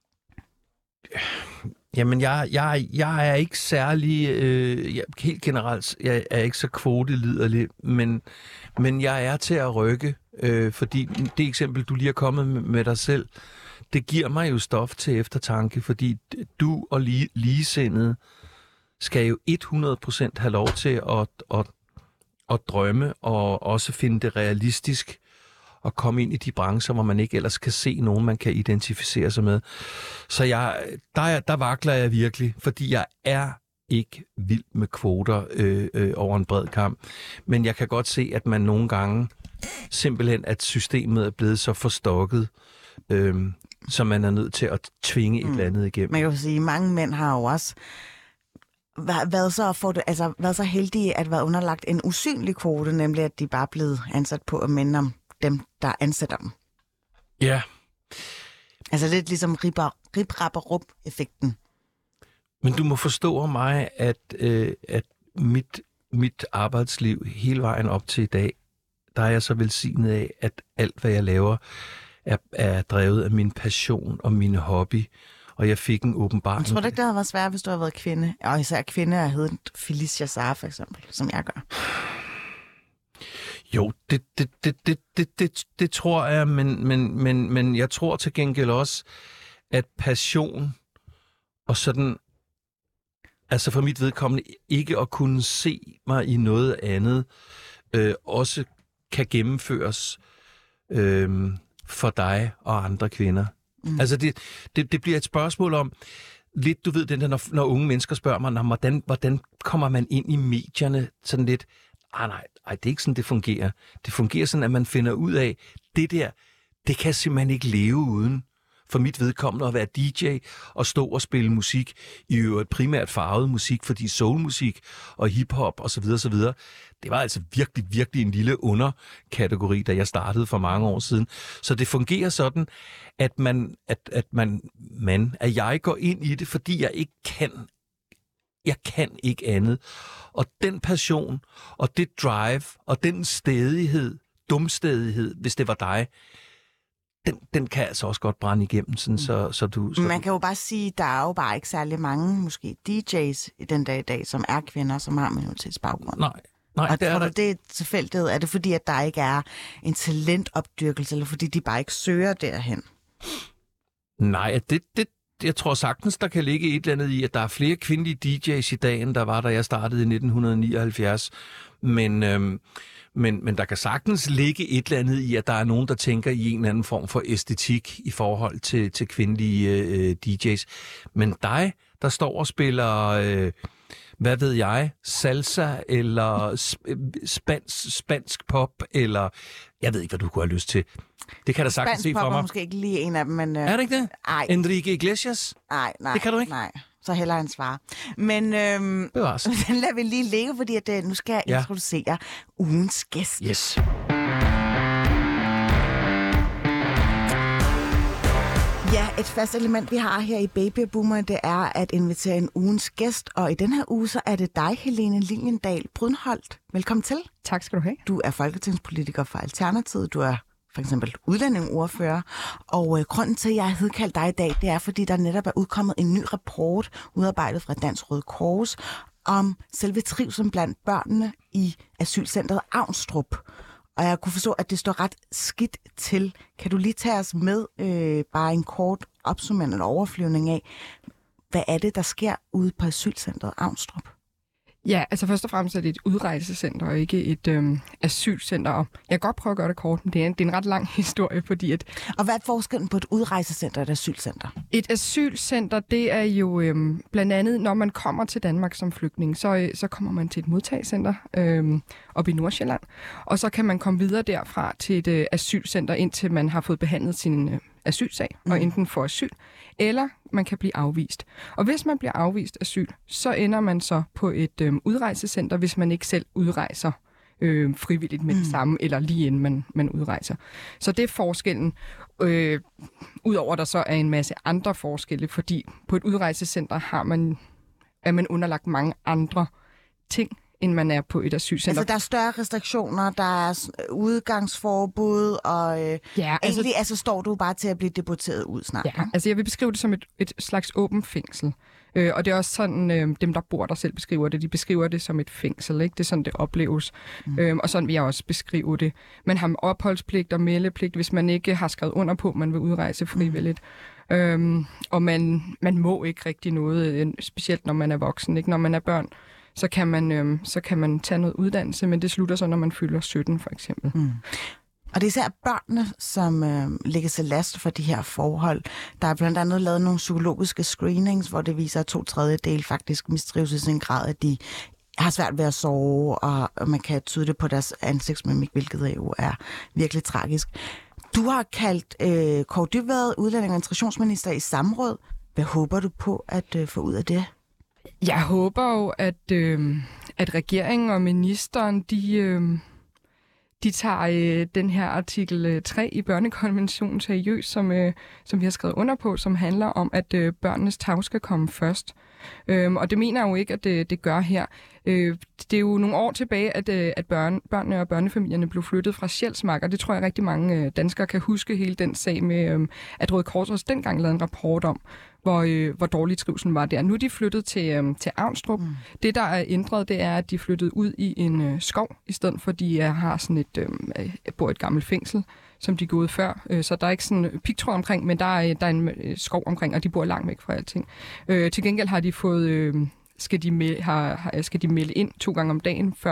Speaker 4: Jamen, jeg, jeg, jeg er ikke særlig, øh, jeg, helt generelt, jeg er ikke så kvoteliderlig, men, men jeg er til at rykke, øh, fordi det eksempel, du lige har kommet med, med dig selv, det giver mig jo stof til eftertanke, fordi du og lige, ligesindede skal jo hundrede procent have lov til at, at, at drømme og også finde det realistisk og komme ind i de brancher, hvor man ikke ellers kan se nogen, man kan identificere sig med. Så jeg, der, der vakler jeg virkelig, fordi jeg er ikke vild med kvoter øh, øh, over en bred kamp. Men jeg kan godt se, at man nogle gange simpelthen, at systemet er blevet så forstokket, øh, så man er nødt til at tvinge mm. et eller andet igennem.
Speaker 3: Man kan jo sige, at mange mænd har jo også været så, for det, altså, været så heldige at være underlagt en usynlig kvote, nemlig at de bare er blevet ansat på at minde om dem, der ansætter dem.
Speaker 4: Ja.
Speaker 3: Altså lidt ligesom rip-rapper-rup-effekten.
Speaker 4: Men du må forstå mig, at, øh, at mit, mit arbejdsliv hele vejen op til i dag, der er jeg så velsignet af, at alt, hvad jeg laver, er, er drevet af min passion og min hobby. Og jeg fik en åbenbaring.
Speaker 3: Jeg tror ikke, det havde været svært, hvis du havde været kvinde. Og især kvinde er heddet Felicia Sarr, for eksempel, som jeg gør.
Speaker 4: Jo, det, det, det, det, det, det, det tror jeg, men, men, men, men jeg tror til gengæld også, at passion og sådan, altså for mit vedkommende, ikke at kunne se mig i noget andet, øh, også kan gennemføres, øh, for dig og andre kvinder? Mm. Altså, det, det, det bliver et spørgsmål om, lidt, du ved, den der, når, når unge mennesker spørger mig, hvordan, hvordan kommer man ind i medierne sådan lidt, ah nej, ej, det er ikke sådan, det fungerer. Det fungerer sådan, at man finder ud af, det der, det kan simpelthen ikke leve uden. For mit vedkommende at være D J og stå og spille musik, i øvrigt primært farvet musik, fordi soulmusik og hiphop osv. osv., det var altså virkelig, virkelig en lille underkategori, da jeg startede for mange år siden. Så det fungerer sådan, at man, at, at man, man, at jeg går ind i det, fordi jeg ikke kan. Jeg kan ikke andet. Og den passion, og det drive, og den stædighed, dumstædighed, hvis det var dig, Den, den kan altså også godt brænde igennem, sådan, så, så du... Så
Speaker 3: Man kan jo bare sige, der er jo bare ikke særlig mange, måske D J's i den dag i dag, som er kvinder, som har minoritetsbaggrund.
Speaker 4: Nej, nej,
Speaker 3: og
Speaker 4: det er
Speaker 3: der.
Speaker 4: der.
Speaker 3: Det er tilfældighed. Er det fordi, at der ikke er en talentopdyrkelse, eller fordi de bare ikke søger derhen?
Speaker 4: Nej, det, det, jeg tror sagtens, der kan ligge et eller andet i, at der er flere kvindelige D J's i dag, end der var, da jeg startede i nitten nioghalvfjerds. Men... Øhm, Men, men der kan sagtens ligge et eller andet i, at der er nogen, der tænker i en eller anden form for æstetik i forhold til, til kvindelige øh, D J's. Men dig, der står og spiller, øh, hvad ved jeg, salsa eller sp- spansk, spansk pop, eller jeg ved ikke, hvad du kunne have lyst til. Det kan der sagtens
Speaker 3: Spansk
Speaker 4: se for
Speaker 3: pop
Speaker 4: mig.
Speaker 3: er måske ikke lige en af dem, men... Øh,
Speaker 4: er det ikke det?
Speaker 3: Ej.
Speaker 4: Enrique Iglesias?
Speaker 3: Nej, nej.
Speaker 4: Det kan du ikke?
Speaker 3: Nej, så hellere en svar. Men øhm,
Speaker 4: Bevares.
Speaker 3: den lader vi lige ligge, fordi at, øh, nu skal jeg
Speaker 4: Ja.
Speaker 3: introducere ugens gæst.
Speaker 4: Yes.
Speaker 3: Ja, et fast element, vi har her i Baby og Boomer, det er at invitere en ugens gæst. Og i den her uge, så er det dig, Helene Liliendahl Brydholt. Velkommen til.
Speaker 5: Tak skal du have.
Speaker 3: Du er folketingspolitiker for Alternativet. Du er for eksempel udlændingeordfører. Og øh, grunden til, at jeg havde kaldt dig i dag, det er, fordi der netop er udkommet en ny rapport, udarbejdet fra Dansk Røde Kors, om selve trivslen blandt børnene i asylcentret Avnstrup. Og jeg kunne forstå, at det står ret skidt til. Kan du lige tage os med øh, bare en kort opsummering eller overflyvning af, hvad er det, der sker ude på asylcentret Avnstrup?
Speaker 5: Ja, altså først og fremmest er det et udrejsecenter og ikke et øhm, asylcenter. Og jeg kan godt prøve at gøre det kort, men det er en, det er en ret lang historie, fordi at...
Speaker 3: Og hvad er forskellen på et udrejsecenter og et asylcenter?
Speaker 5: Et asylcenter, det er jo øhm, blandt andet, når man kommer til Danmark som flygtning, så, øh, så kommer man til et modtagecenter øhm, oppe i Nordsjælland, og så kan man komme videre derfra til et øh, asylcenter, indtil man har fået behandlet sin øh, asylsag, mm. og enten får asyl, eller man kan blive afvist. Og hvis man bliver afvist asyl, så ender man så på et øh, udrejsecenter, hvis man ikke selv udrejser øh, frivilligt med mm. det samme, eller lige inden man, man udrejser. Så det er forskellen. Øh, Udover der så er en masse andre forskelle, fordi på et udrejsecenter har man, er man underlagt mange andre ting, end man er på et asylcenter.
Speaker 3: Altså, der er større restriktioner, der er udgangsforbud, og øh,
Speaker 5: ja, altså,
Speaker 3: egentlig altså, står du bare til at blive deporteret ud snart.
Speaker 5: Ja, altså jeg vil beskrive det som et, et slags åbent fængsel. Øh, og det er også sådan, øh, dem der bor der selv beskriver det, de beskriver det som et fængsel, ikke? Det er sådan, det opleves. Mm. Øh, og sådan vil jeg også beskrive det. Man har opholdspligt og meldepligt, hvis man ikke har skrevet under på, man vil udrejse frivilligt. Mm. Øhm, og man, man må ikke rigtig noget, specielt når man er voksen, ikke? Når man er børn, så kan man, øh, så kan man tage noget uddannelse, men det slutter så, når man fylder sytten, for eksempel. Mm.
Speaker 3: Og det er især børnene, som øh, ligger til last for de her forhold. Der er blandt andet lavet nogle psykologiske screenings, hvor det viser, at to tredjedel faktisk mistrives i sin grad, at de har svært ved at sove, og, og man kan tyde det på deres ansigtsmimik, hvilket jo er virkelig tragisk. Du har kaldt øh, Kaare Dybvad, udlænding- og integrationsminister, i samråd. Hvad håber du på at øh, få ud af det?
Speaker 5: Jeg håber jo, at, øh, at regeringen og ministeren, de, øh, de tager øh, den her artikel tre i børnekonventionen seriøst, som, øh, som vi har skrevet under på, som handler om, at øh, børnenes tarv skal komme først. Øhm, og det mener jeg jo ikke, at det, det gør her. Øh, det er jo nogle år tilbage, at, øh, at børn, børnene og børnefamilierne blev flyttet fra Sjælsmark, og det tror jeg rigtig mange øh, danskere kan huske, hele den sag med, øh, at Røde Kors også dengang lavede en rapport om, hvor, øh, hvor dårlig trivselen var der. Nu er de flyttet til, øh, til Avnstrup. Mm. Det, der er ændret, det er, at de er flyttet ud i en øh, skov, i stedet for, at de øh, har sådan et, øh, bor i et gammelt fængsel, som de gået før. Øh, så der er ikke sådan pigtråd omkring, men der er, der er en øh, skov omkring, og de bor langt væk fra alting. Øh, til gengæld har de fået, øh, skal, de melde, har, skal de melde ind to gange om dagen, før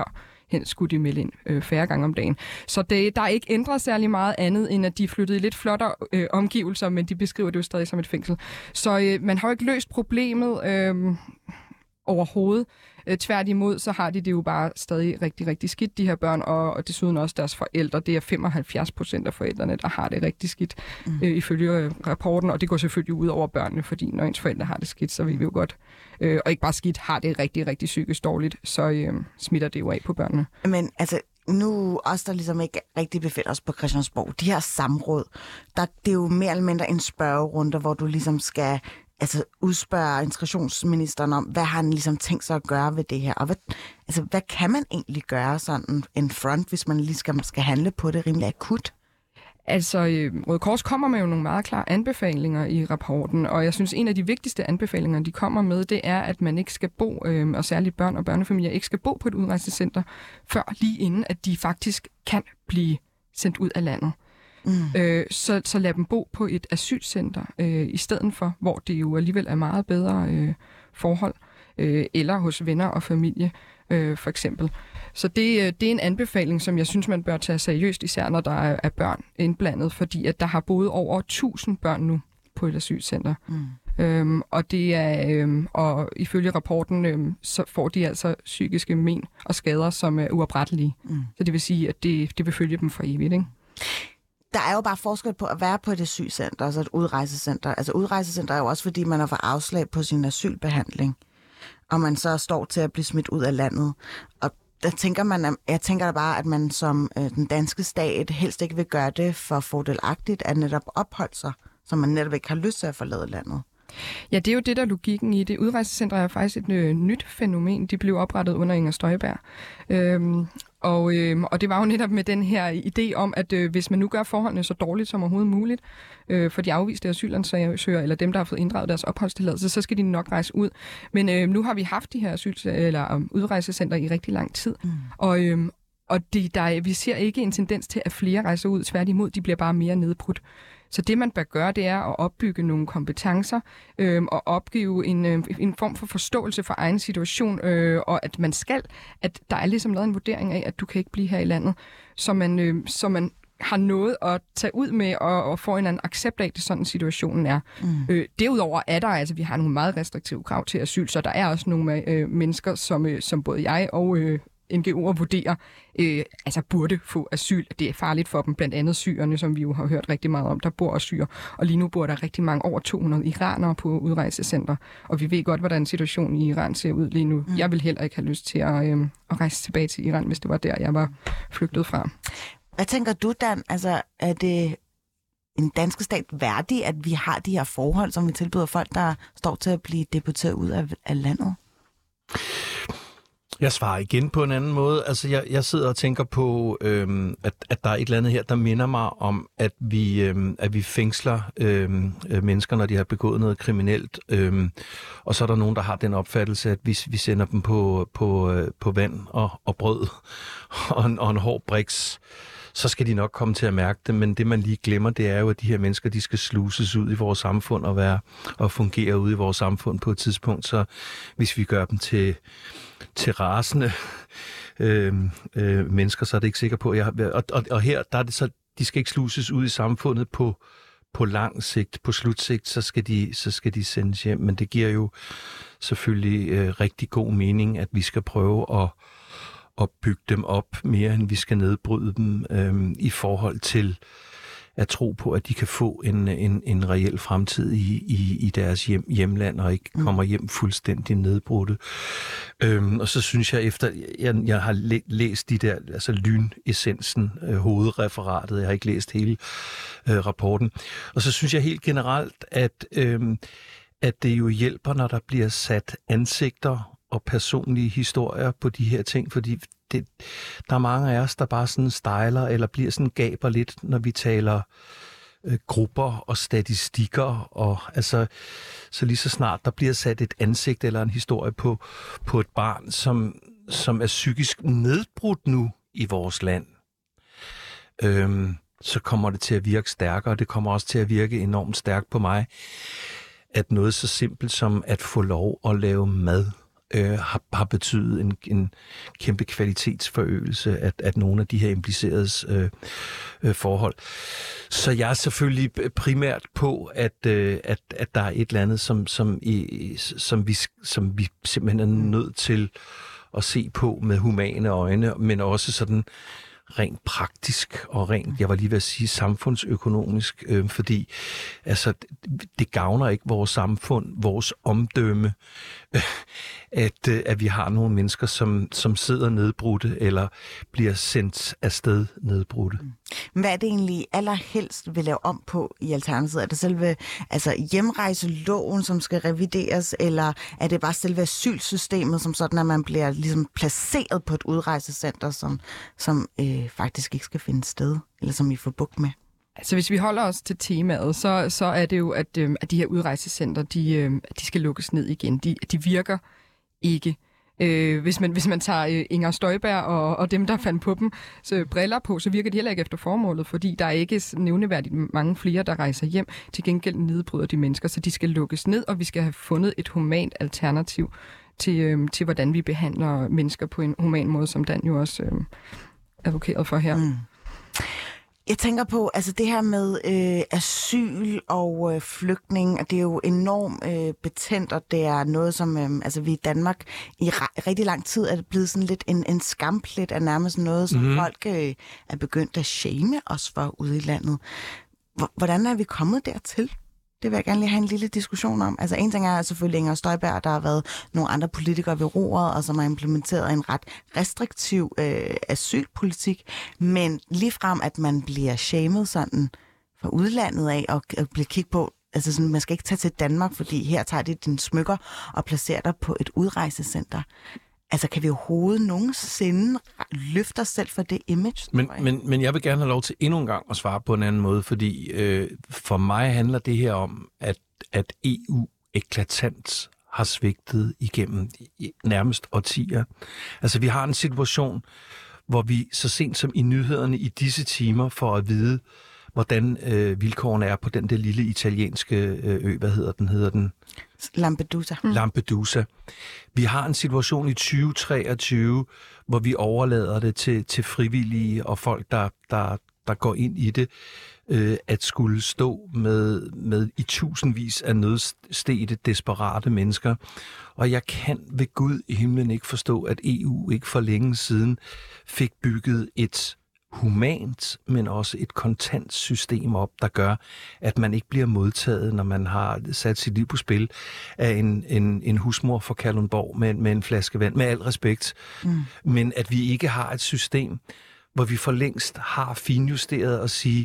Speaker 5: hen skulle de melde ind øh, færre gange om dagen. Så det, der er ikke ændret særlig meget andet, end at de flyttede i lidt flottere øh, omgivelser, men de beskriver det jo stadig som et fængsel. Så øh, man har jo ikke løst problemet øh, overhovedet. Øh, tværtimod, så har de det jo bare stadig rigtig, rigtig skidt, de her børn, og, og desuden også deres forældre. Det er femoghalvfjerds procent af forældrene, der har det rigtig skidt, mm. øh, ifølge øh, rapporten, og det går selvfølgelig ud over børnene, fordi når ens forældre har det skidt, så ved vi jo godt, øh, og ikke bare skidt, har det rigtig, rigtig psykisk dårligt, så øh, smitter det jo af på børnene. Men
Speaker 3: altså, nu os, der ligesom ikke rigtig befinder os på Christiansborg, de her samråd, der, det er jo mere eller mindre en spørgerunde, hvor du ligesom skal altså udspørge integrationsministeren om, hvad har han ligesom tænkt sig at gøre ved det her, og hvad, altså, hvad kan man egentlig gøre sådan en front, hvis man lige skal, skal handle på det rimelig akut?
Speaker 5: Altså, Røde Kors kommer med jo nogle meget klare anbefalinger i rapporten, og jeg synes, en af de vigtigste anbefalinger, de kommer med, det er, at man ikke skal bo, øh, og særligt børn og børnefamilier, ikke skal bo på et udrejsecenter, før lige inden, at de faktisk kan blive sendt ud af landet. Mm. Øh, så, så lad dem bo på et asylcenter øh, i stedet for, hvor det jo alligevel er meget bedre øh, forhold, øh, eller hos venner og familie øh, for eksempel. Så det, det er en anbefaling, som jeg synes, man bør tage seriøst, især når der er, er børn indblandet, fordi at der har boet over tusind børn nu på et asylcenter. Mm. Øhm, og det er øhm, og ifølge rapporten øhm, så får de altså psykiske men og skader, som er uoprettelige. Mm. Så det vil sige, at det, det vil følge dem for evigt, ikke?
Speaker 3: Der er jo bare forskel på at være på et asylcenter, altså et udrejsecenter. Altså udrejsecenter er jo også, fordi man har fået afslag på sin asylbehandling, og man så står til at blive smidt ud af landet. Og der tænker man, jeg tænker da bare, at man som øh, den danske stat helst ikke vil gøre det for fordelagtigt at netop opholde sig, så man netop ikke har lyst til at forlade landet.
Speaker 5: Ja, det er jo det, der er logikken i det. Udrejsecenter er faktisk et øh, nyt fænomen. De blev oprettet under Inger Støjberg. Øhm, og, øh, og det var jo netop med den her idé om, at øh, hvis man nu gør forholdene så dårligt som overhovedet muligt øh, for de afviste asylansøgere, eller dem, der har fået inddraget deres opholdstilladelse, så skal de nok rejse ud. Men øh, nu har vi haft de her asyl- eller um, udrejsecenter i rigtig lang tid. Mm. Og, øh, og de, der, vi ser ikke en tendens til, at flere rejser ud. Tværtimod, de bliver bare mere nedbrudt. Så det, man bør gøre, det er at opbygge nogle kompetencer øh, og opgive en, øh, en form for forståelse for egen situation, øh, og at man skal, at der er ligesom lavet en vurdering af, at du kan ikke blive her i landet, så man, øh, så man har noget at tage ud med og, og få en anden accept af, at det sådan situationen er. Mm. Øh, derudover er der, altså vi har nogle meget restriktive krav til asyl, så der er også nogle øh, mennesker, som, øh, som både jeg og øh, N G O'er vurderer, øh, altså burde få asyl. Det er farligt for dem, blandt andet syrerne, som vi jo har hørt rigtig meget om, der bor og syrer. Og lige nu bor der rigtig mange, over to hundrede iranere på udrejsecenter. Og vi ved godt, hvordan situationen i Iran ser ud lige nu. Mm. Jeg vil heller ikke have lyst til at, øh, at rejse tilbage til Iran, hvis det var der, jeg var flygtet fra.
Speaker 3: Hvad tænker du, Dan? Altså, er det en dansk stat værdig, at vi har de her forhold, som vi tilbyder folk, der står til at blive deporteret ud af, af landet?
Speaker 4: Jeg svarer igen på en anden måde. Altså, jeg, jeg sidder og tænker på, øhm, at, at der er et eller andet her, der minder mig om, at vi, øhm, at vi fængsler øhm, mennesker, når de har begået noget kriminelt. Øhm, og så er der nogen, der har den opfattelse, at hvis vi sender dem på, på, øh, på vand og, og brød og en, og en hård briks, så skal de nok komme til at mærke det. Men det, man lige glemmer, det er jo, at de her mennesker, de skal sluses ud i vores samfund og, være, og fungere ude i vores samfund på et tidspunkt. Så hvis vi gør dem til til rasende øh, øh, mennesker, så er det ikke sikker på. Jeg, og, og, og her, der er det så, de skal ikke sluses ud i samfundet på, på lang sigt, på slutsigt, så skal, de, så skal de sendes hjem. Men det giver jo selvfølgelig øh, rigtig god mening, at vi skal prøve at, at bygge dem op mere, end vi skal nedbryde dem øh, i forhold til at tro på, at de kan få en, en, en reel fremtid i, i, i deres hjem, hjemland, og ikke kommer hjem fuldstændig nedbrudte. Øhm, og så synes jeg, efter jeg, jeg har læ- læst de der, altså lynessensen, øh, hovedreferatet, jeg har ikke læst hele øh, rapporten, og så synes jeg helt generelt, at, øh, at det jo hjælper, når der bliver sat ansigter og personlige historier på de her ting, fordi det, der er mange af os, der bare sådan stejler eller bliver sådan gaber lidt, når vi taler øh, grupper og statistikker, og altså, så lige så snart der bliver sat et ansigt eller en historie på, på et barn, som, som er psykisk nedbrudt nu i vores land, øhm, så kommer det til at virke stærkere, og det kommer også til at virke enormt stærkt på mig, at noget så simpelt som at få lov at lave mad øh, har, har betydet en, en kæmpe kvalitetsforøgelse af, af nogle af de her impliceredes øh, øh, forhold. Så jeg er selvfølgelig primært på, at, øh, at, at der er et eller andet, som, som, i, som, vi, som vi simpelthen er nødt til at se på med humane øjne, men også sådan rent praktisk og rent, jeg var lige ved at sige, samfundsøkonomisk, øh, fordi altså, det, det gavner ikke vores samfund, vores omdømme, øh, at, øh, at vi har nogle mennesker, som, som sidder nedbrudte eller bliver sendt afsted nedbrudte.
Speaker 3: Hvad er det egentlig allerhelst vil lave om på i Alternativet? Er det selve altså hjemrejseloven, som skal revideres, eller er det bare selve asylsystemet, som sådan, at man bliver ligesom placeret på et udrejsecenter, som, som øh, faktisk ikke skal finde sted, eller som I får bugt med?
Speaker 5: Altså hvis vi holder os til temaet, så, så er det jo, at, øh, at de her udrejsecenter, de, øh, de skal lukkes ned igen. De, de virker ikke. Øh, hvis, man, hvis man tager øh, Inger Støjberg og, og dem, der fandt på dem, så briller på, så virker de heller ikke efter formålet, fordi der er ikke nævneværdigt mange flere, der rejser hjem. Til gengæld nedbryder de mennesker, så de skal lukkes ned, og vi skal have fundet et humant alternativ til, øh, til hvordan vi behandler mennesker på en human måde, som Dan jo også øh, advokeret for her. Mm.
Speaker 3: Jeg tænker på, altså det her med øh, asyl og øh, flygtning, og det er jo enormt øh, betændt, og det er noget, som øh, altså vi i Danmark i re- rigtig lang tid er blevet sådan lidt en, en skamplet af nærmest noget, som mm-hmm. folk øh, er begyndt at shame os for ude i landet. H- hvordan er vi kommet dertil? Det vil jeg gerne lige have en lille diskussion om. Altså en ting er selvfølgelig Inger Støjberg, der har været nogle andre politikere ved roret, og som har implementeret en ret restriktiv øh, asylpolitik, men ligefrem at man bliver shamed sådan fra udlandet af, og, og bliver kigget på, altså sådan, man skal ikke tage til Danmark, fordi her tager de dine smykker og placerer dig på et udrejsecenter. Altså, kan vi overhovedet nogensinde løfte os selv for det image?
Speaker 4: Men, men, men jeg vil gerne have lov til endnu en gang at svare på en anden måde, fordi øh, for mig handler det her om, at, at E U eklatant har svigtet igennem nærmest årtier. Altså, vi har en situation, hvor vi så sent som i nyhederne i disse timer får at vide, hvordan øh, vilkårene er på den der lille italienske øh, ø, hvad hedder den? Hedder den?
Speaker 3: Lampedusa.
Speaker 4: Mm. Lampedusa. Vi har en situation i tyve treogtyve, hvor vi overlader det til, til frivillige og folk, der, der, der går ind i det, øh, at skulle stå med, med i tusindvis af nødstedte, desperate mennesker. Og jeg kan ved Gud i himlen ikke forstå, at E U ikke for længe siden fik bygget et humant, men også et kontant system op, der gør, at man ikke bliver modtaget, når man har sat sit liv på spil af en, en, en husmor fra Kalundborg med, med en flaske vand, med al respekt. Mm. Men at vi ikke har et system, hvor vi for længst har finjusteret at sige,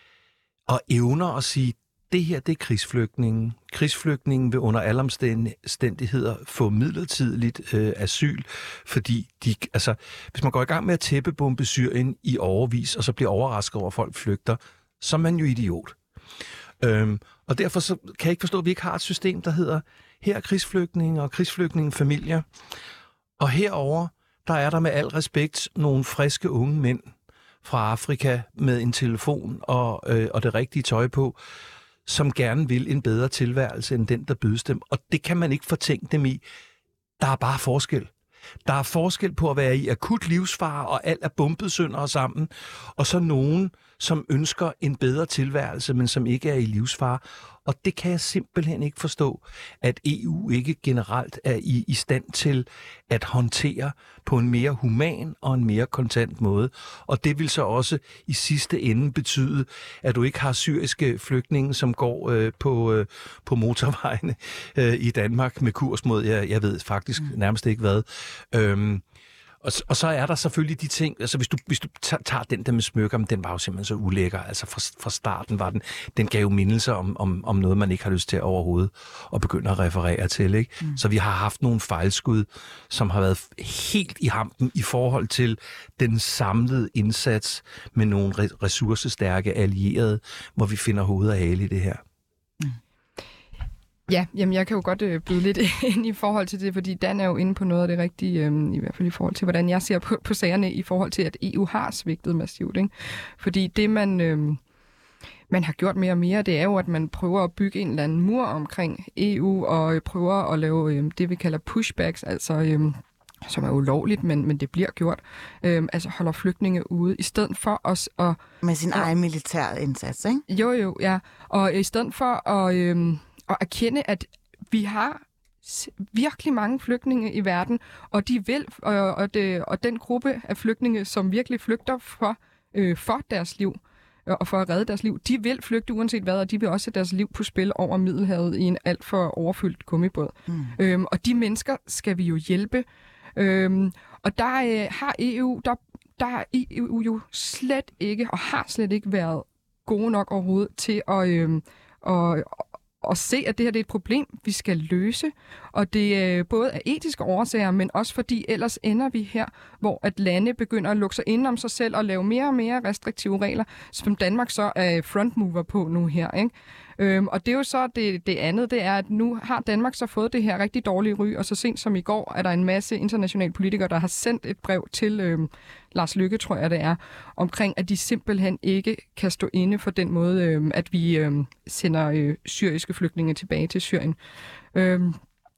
Speaker 4: og evner at sige, det her, det er krigsflygtningen. Krigsflygtningen vil under alle omstændigheder få midlertidigt øh, asyl, fordi de, altså, hvis man går i gang med at tæppebombe Syrien i årevis, og så bliver overrasket over, at folk flygter, så er man jo idiot. Øhm, og derfor så kan jeg ikke forstå, at vi ikke har et system, der hedder, her er krigsflygtninge og krigsflygtningefamilier, og herover der er der med al respekt nogle friske unge mænd fra Afrika med en telefon og, øh, og det rigtige tøj på, som gerne vil en bedre tilværelse end den, der bydes dem. Og det kan man ikke fortænke dem i. Der er bare forskel. Der er forskel på at være i akut livsfare, og alt er bumpet sønder sammen, og så nogen, som ønsker en bedre tilværelse, men som ikke er i livsfare. Og det kan jeg simpelthen ikke forstå, at E U ikke generelt er i, i stand til at håndtere på en mere human og en mere kontant måde. Og det vil så også i sidste ende betyde, at du ikke har syriske flygtninge, som går øh, på, øh, på motorvejene øh, i Danmark med kurs mod, jeg, jeg ved faktisk nærmest ikke hvad. Øhm, Og, og så er der selvfølgelig de ting, altså hvis du, hvis du tager den der med smykker, den var jo simpelthen så ulækker, altså fra, fra starten var den, den gav jo mindelser om, om, om noget, man ikke har lyst til overhovedet at begynde at referere til, ikke? Mm. Så vi har haft nogle fejlskud, som har været helt i hampen i forhold til den samlede indsats med nogle ressourcestærke allierede, hvor vi finder hoved og hale i det her. Mm.
Speaker 5: Ja, jamen jeg kan jo godt øh, byde lidt ind i forhold til det, fordi Dan er jo inde på noget af det rigtige, øh, i hvert fald i forhold til, hvordan jeg ser på, på sagerne, i forhold til, at E U har svigtet massivt, ikke? Fordi det, man, øh, man har gjort mere og mere, det er jo, at man prøver at bygge en eller anden mur omkring E U, og prøver at lave øh, det, vi kalder pushbacks, altså øh, som er ulovligt, men, men det bliver gjort. Øh, altså holder flygtninge ude, i stedet for os at...
Speaker 3: Med sin
Speaker 5: og,
Speaker 3: egen militære indsats, ikke?
Speaker 5: Jo, jo, ja. Og i stedet for at, øh, at erkende, at vi har virkelig mange flygtninge i verden, og de vil, og, og, det, og den gruppe af flygtninge, som virkelig flygter for, øh, for deres liv, og for at redde deres liv, de vil flygte uanset hvad, og de vil også sætte deres liv på spil over Middelhavet i en alt for overfyldt gummibåd. Mm. Øhm, og de mennesker skal vi jo hjælpe. Øhm, og der øh, har E U, der, der har E U jo slet ikke, og har slet ikke været gode nok overhovedet til at, øh, at, at se, at det her det er et problem, vi skal løse. Og det er både af etiske årsager, men også fordi ellers ender vi her, hvor at lande begynder at lukke sig ind om sig selv og lave mere og mere restriktive regler, som Danmark så er frontmover på nu her, ikke? Øhm, og det er jo så det, det andet, det er, at nu har Danmark så fået det her rigtig dårlige ry, og så sent som i går er der en masse internationale politikere, der har sendt et brev til øhm, Lars Løkke, tror jeg det er, omkring, at de simpelthen ikke kan stå inde for den måde, øhm, at vi øhm, sender øh, syriske flygtninge tilbage til Syrien. Øhm,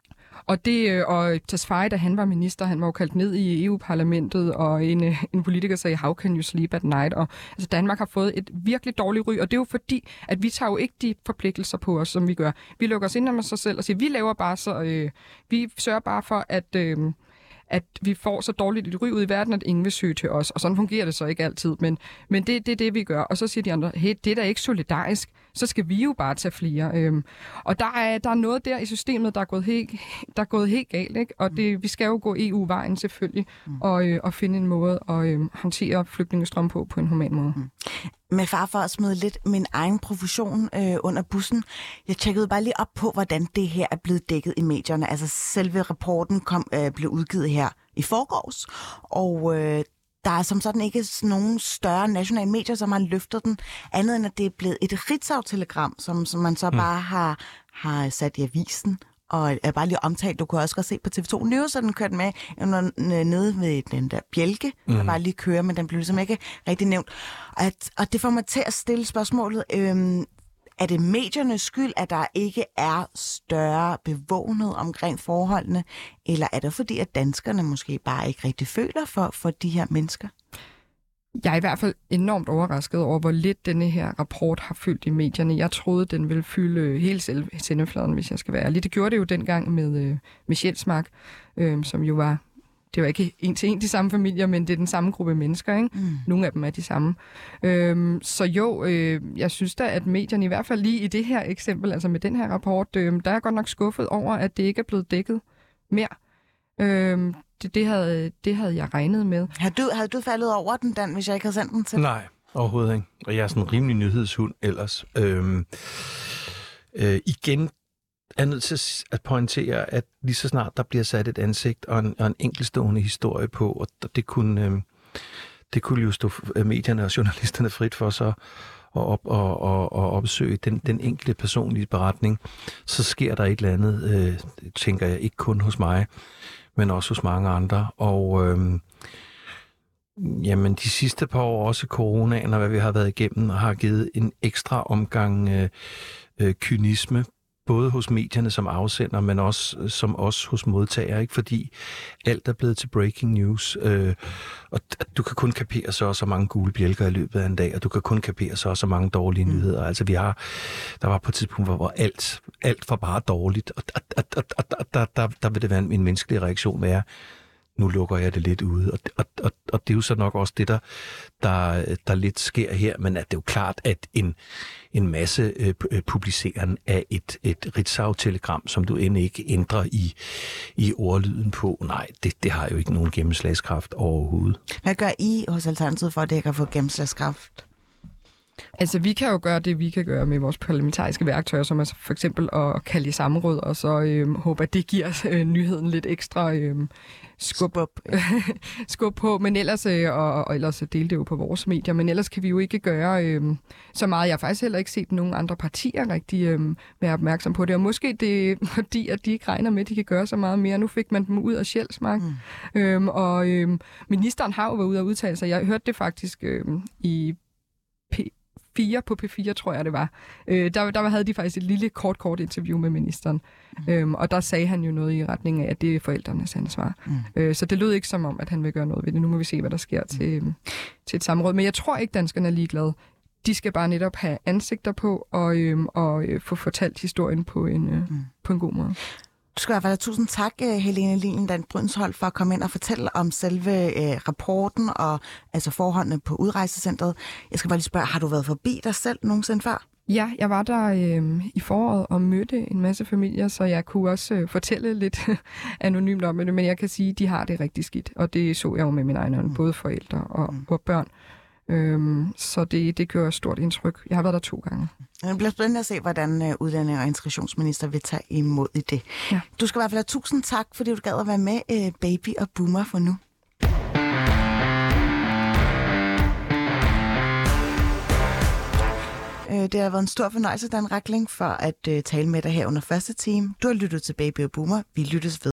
Speaker 5: Og, det, og Tesfaye, da han var minister, han var jo kaldt ned i E U-parlamentet, og en, en politiker sagde, how can you sleep at night? Og altså, Danmark har fået et virkelig dårligt ry, og det er jo fordi, at vi tager jo ikke de forpligtelser på os, som vi gør. Vi lukker os ind om os selv og siger, vi laver bare så, øh, vi sørger bare for, at... Øh, at vi får så dårligt et ry ud i verden, at ingen vil søge til os. Og sådan fungerer det så ikke altid, men, men det er det, det, vi gør. Og så siger de andre, hey, det er da ikke solidarisk, så skal vi jo bare tage flere. Øhm, og der er, der er noget der i systemet, der er gået helt, der er gået helt galt, ikke? Og det, vi skal jo gå E U-vejen selvfølgelig, mm. og, øh, og finde en måde at øh, håndtere flygtningestrøm på, på en human måde. Mm.
Speaker 3: Med far for at smide lidt min egen profession øh, under bussen. Jeg tjekkede bare lige op på, hvordan det her er blevet dækket i medierne. Altså selve rapporten kom, øh, blev udgivet her i forgårs, og øh, der er som sådan ikke nogen større nationale medier, som har løftet den, andet end at det er blevet et Ritzau-telegram, som, som man så mm. bare har, har sat i avisen. Og jeg bare lige omtalt, du kunne også godt se på T V to News, så den kørte med nede ved den der bjælke, mm. der bare lige kører, men den blev ligesom ikke rigtig nævnt. Og, at, og det får mig til at stille spørgsmålet, øhm, er det mediernes skyld, at der ikke er større bevågenhed omkring forholdene, eller er det fordi, at danskerne måske bare ikke rigtig føler for, for de her mennesker?
Speaker 5: Jeg er i hvert fald enormt overrasket over, hvor lidt denne her rapport har fyldt i medierne. Jeg troede, den ville fylde hele sendefladen, hvis jeg skal være ærlig. Det gjorde det jo dengang med, øh, med Sjælsmark, øh, som jo var, det var ikke en til en de samme familier, men det er den samme gruppe mennesker, ikke? Mm. Nogle af dem er de samme. Øh, så jo, øh, jeg synes da, at medierne i hvert fald lige i det her eksempel, altså med den her rapport, øh, der er godt nok skuffet over, at det ikke er blevet dækket mere. Øh, Det, det, havde, det havde jeg regnet med.
Speaker 3: Har du, havde du faldet over den, Dan, hvis jeg ikke havde sendt den til?
Speaker 4: Nej, overhovedet ikke. Og jeg er sådan en rimelig nyhedshund ellers. Øhm, øh, igen er nødt til at pointere, at lige så snart der bliver sat et ansigt og en, og en enkeltstående historie på, og det kunne, øh, det kunne jo stå medierne og journalisterne frit for sig og, op, og, og, og opsøge den, den enkelte personlige beretning, så sker der et eller andet, øh, tænker jeg, ikke kun hos mig, men også hos mange andre. Og øhm, jamen, de sidste par år, også coronaen og hvad vi har været igennem, har givet en ekstra omgang øh, øh, kynisme, både hos medierne som afsender, men også som os hos modtagere, ikke? Fordi alt er blevet til breaking news, øh, og du kan kun kapere så og så mange gule bjælker i løbet af en dag, og du kan kun kapere så og så mange dårlige mm. nyheder. Altså vi har, der var på et tidspunkt, hvor alt, alt var bare dårligt, og der, der, der, der, der, der vil det være en, en menneskelig reaktion være, nu lukker jeg det lidt ude, og, og, og, og det er jo så nok også det, der, der, der lidt sker her, men at det er jo klart, at en, en masse øh, publiceren af et, et Ritzau-telegram, som du end ikke ændrer i, i ordlyden på, nej, det, det har jo ikke nogen gennemslagskraft overhovedet.
Speaker 3: Hvad gør I hos Alternativet for, at det ikke har fået gennemslagskraft?
Speaker 5: Altså, vi kan jo gøre det, vi kan gøre med vores parlamentariske værktøjer, som er for eksempel at kalde i samråd, og så øh, håbe, at det giver øh, nyheden lidt ekstra øh, skub, skub, ja. skub på, men ellers, øh, og, og ellers dele det jo på vores medier, men ellers kan vi jo ikke gøre øh, så meget. Jeg har faktisk heller ikke set nogen andre partier rigtig øh, være opmærksom på det, og måske det er fordi, at de ikke regner med, at de kan gøre så meget mere. Nu fik man dem ud af Sjælsmark, mm. øhm, og øh, ministeren har jo været ude og udtale sig. Jeg hørte det faktisk øh, i P fire på P fire, tror jeg det var. Øh, der, der havde de faktisk et lille kort, kort interview med ministeren. Mm. Øhm, og der sagde han jo noget i retning af, at det er forældrenes ansvar. Mm. Øh, så det lød ikke som om, at han vil gøre noget ved det. Nu må vi se, hvad der sker mm. til, til et samråd. Men jeg tror ikke, danskerne er ligeglade. De skal bare netop have ansigter på og, øhm, og øh, få fortalt historien på en, øh, mm. på en god måde.
Speaker 3: Du skal i hvert fald have tusind tak, Helene Liliendahl Brydensholt, for at komme ind og fortælle om selve øh, rapporten og altså forholdene på udrejsecentret. Jeg skal bare lige spørge, har du været forbi dig selv nogensinde før?
Speaker 5: Ja, jeg var der øh, i foråret og mødte en masse familier, så jeg kunne også øh, fortælle lidt anonymt om det, men jeg kan sige, at de har det rigtig skidt, og det så jeg jo med mine egne øjne, mm. både forældre og, mm. og børn. Øhm, så det, det gør stort indtryk. Jeg har været der to gange.
Speaker 3: Det bliver spændende at se, hvordan uh, udlænding- og integrationsminister vil tage imod i det. Ja. Du skal i hvert fald have tusind tak, fordi du gad at være med, uh, baby og boomer, for nu. Det har været en stor fornøjelse, Dan Rakling, for at uh, tale med dig her under første time. Du har lyttet til Baby og Boomer. Vi lyttes ved.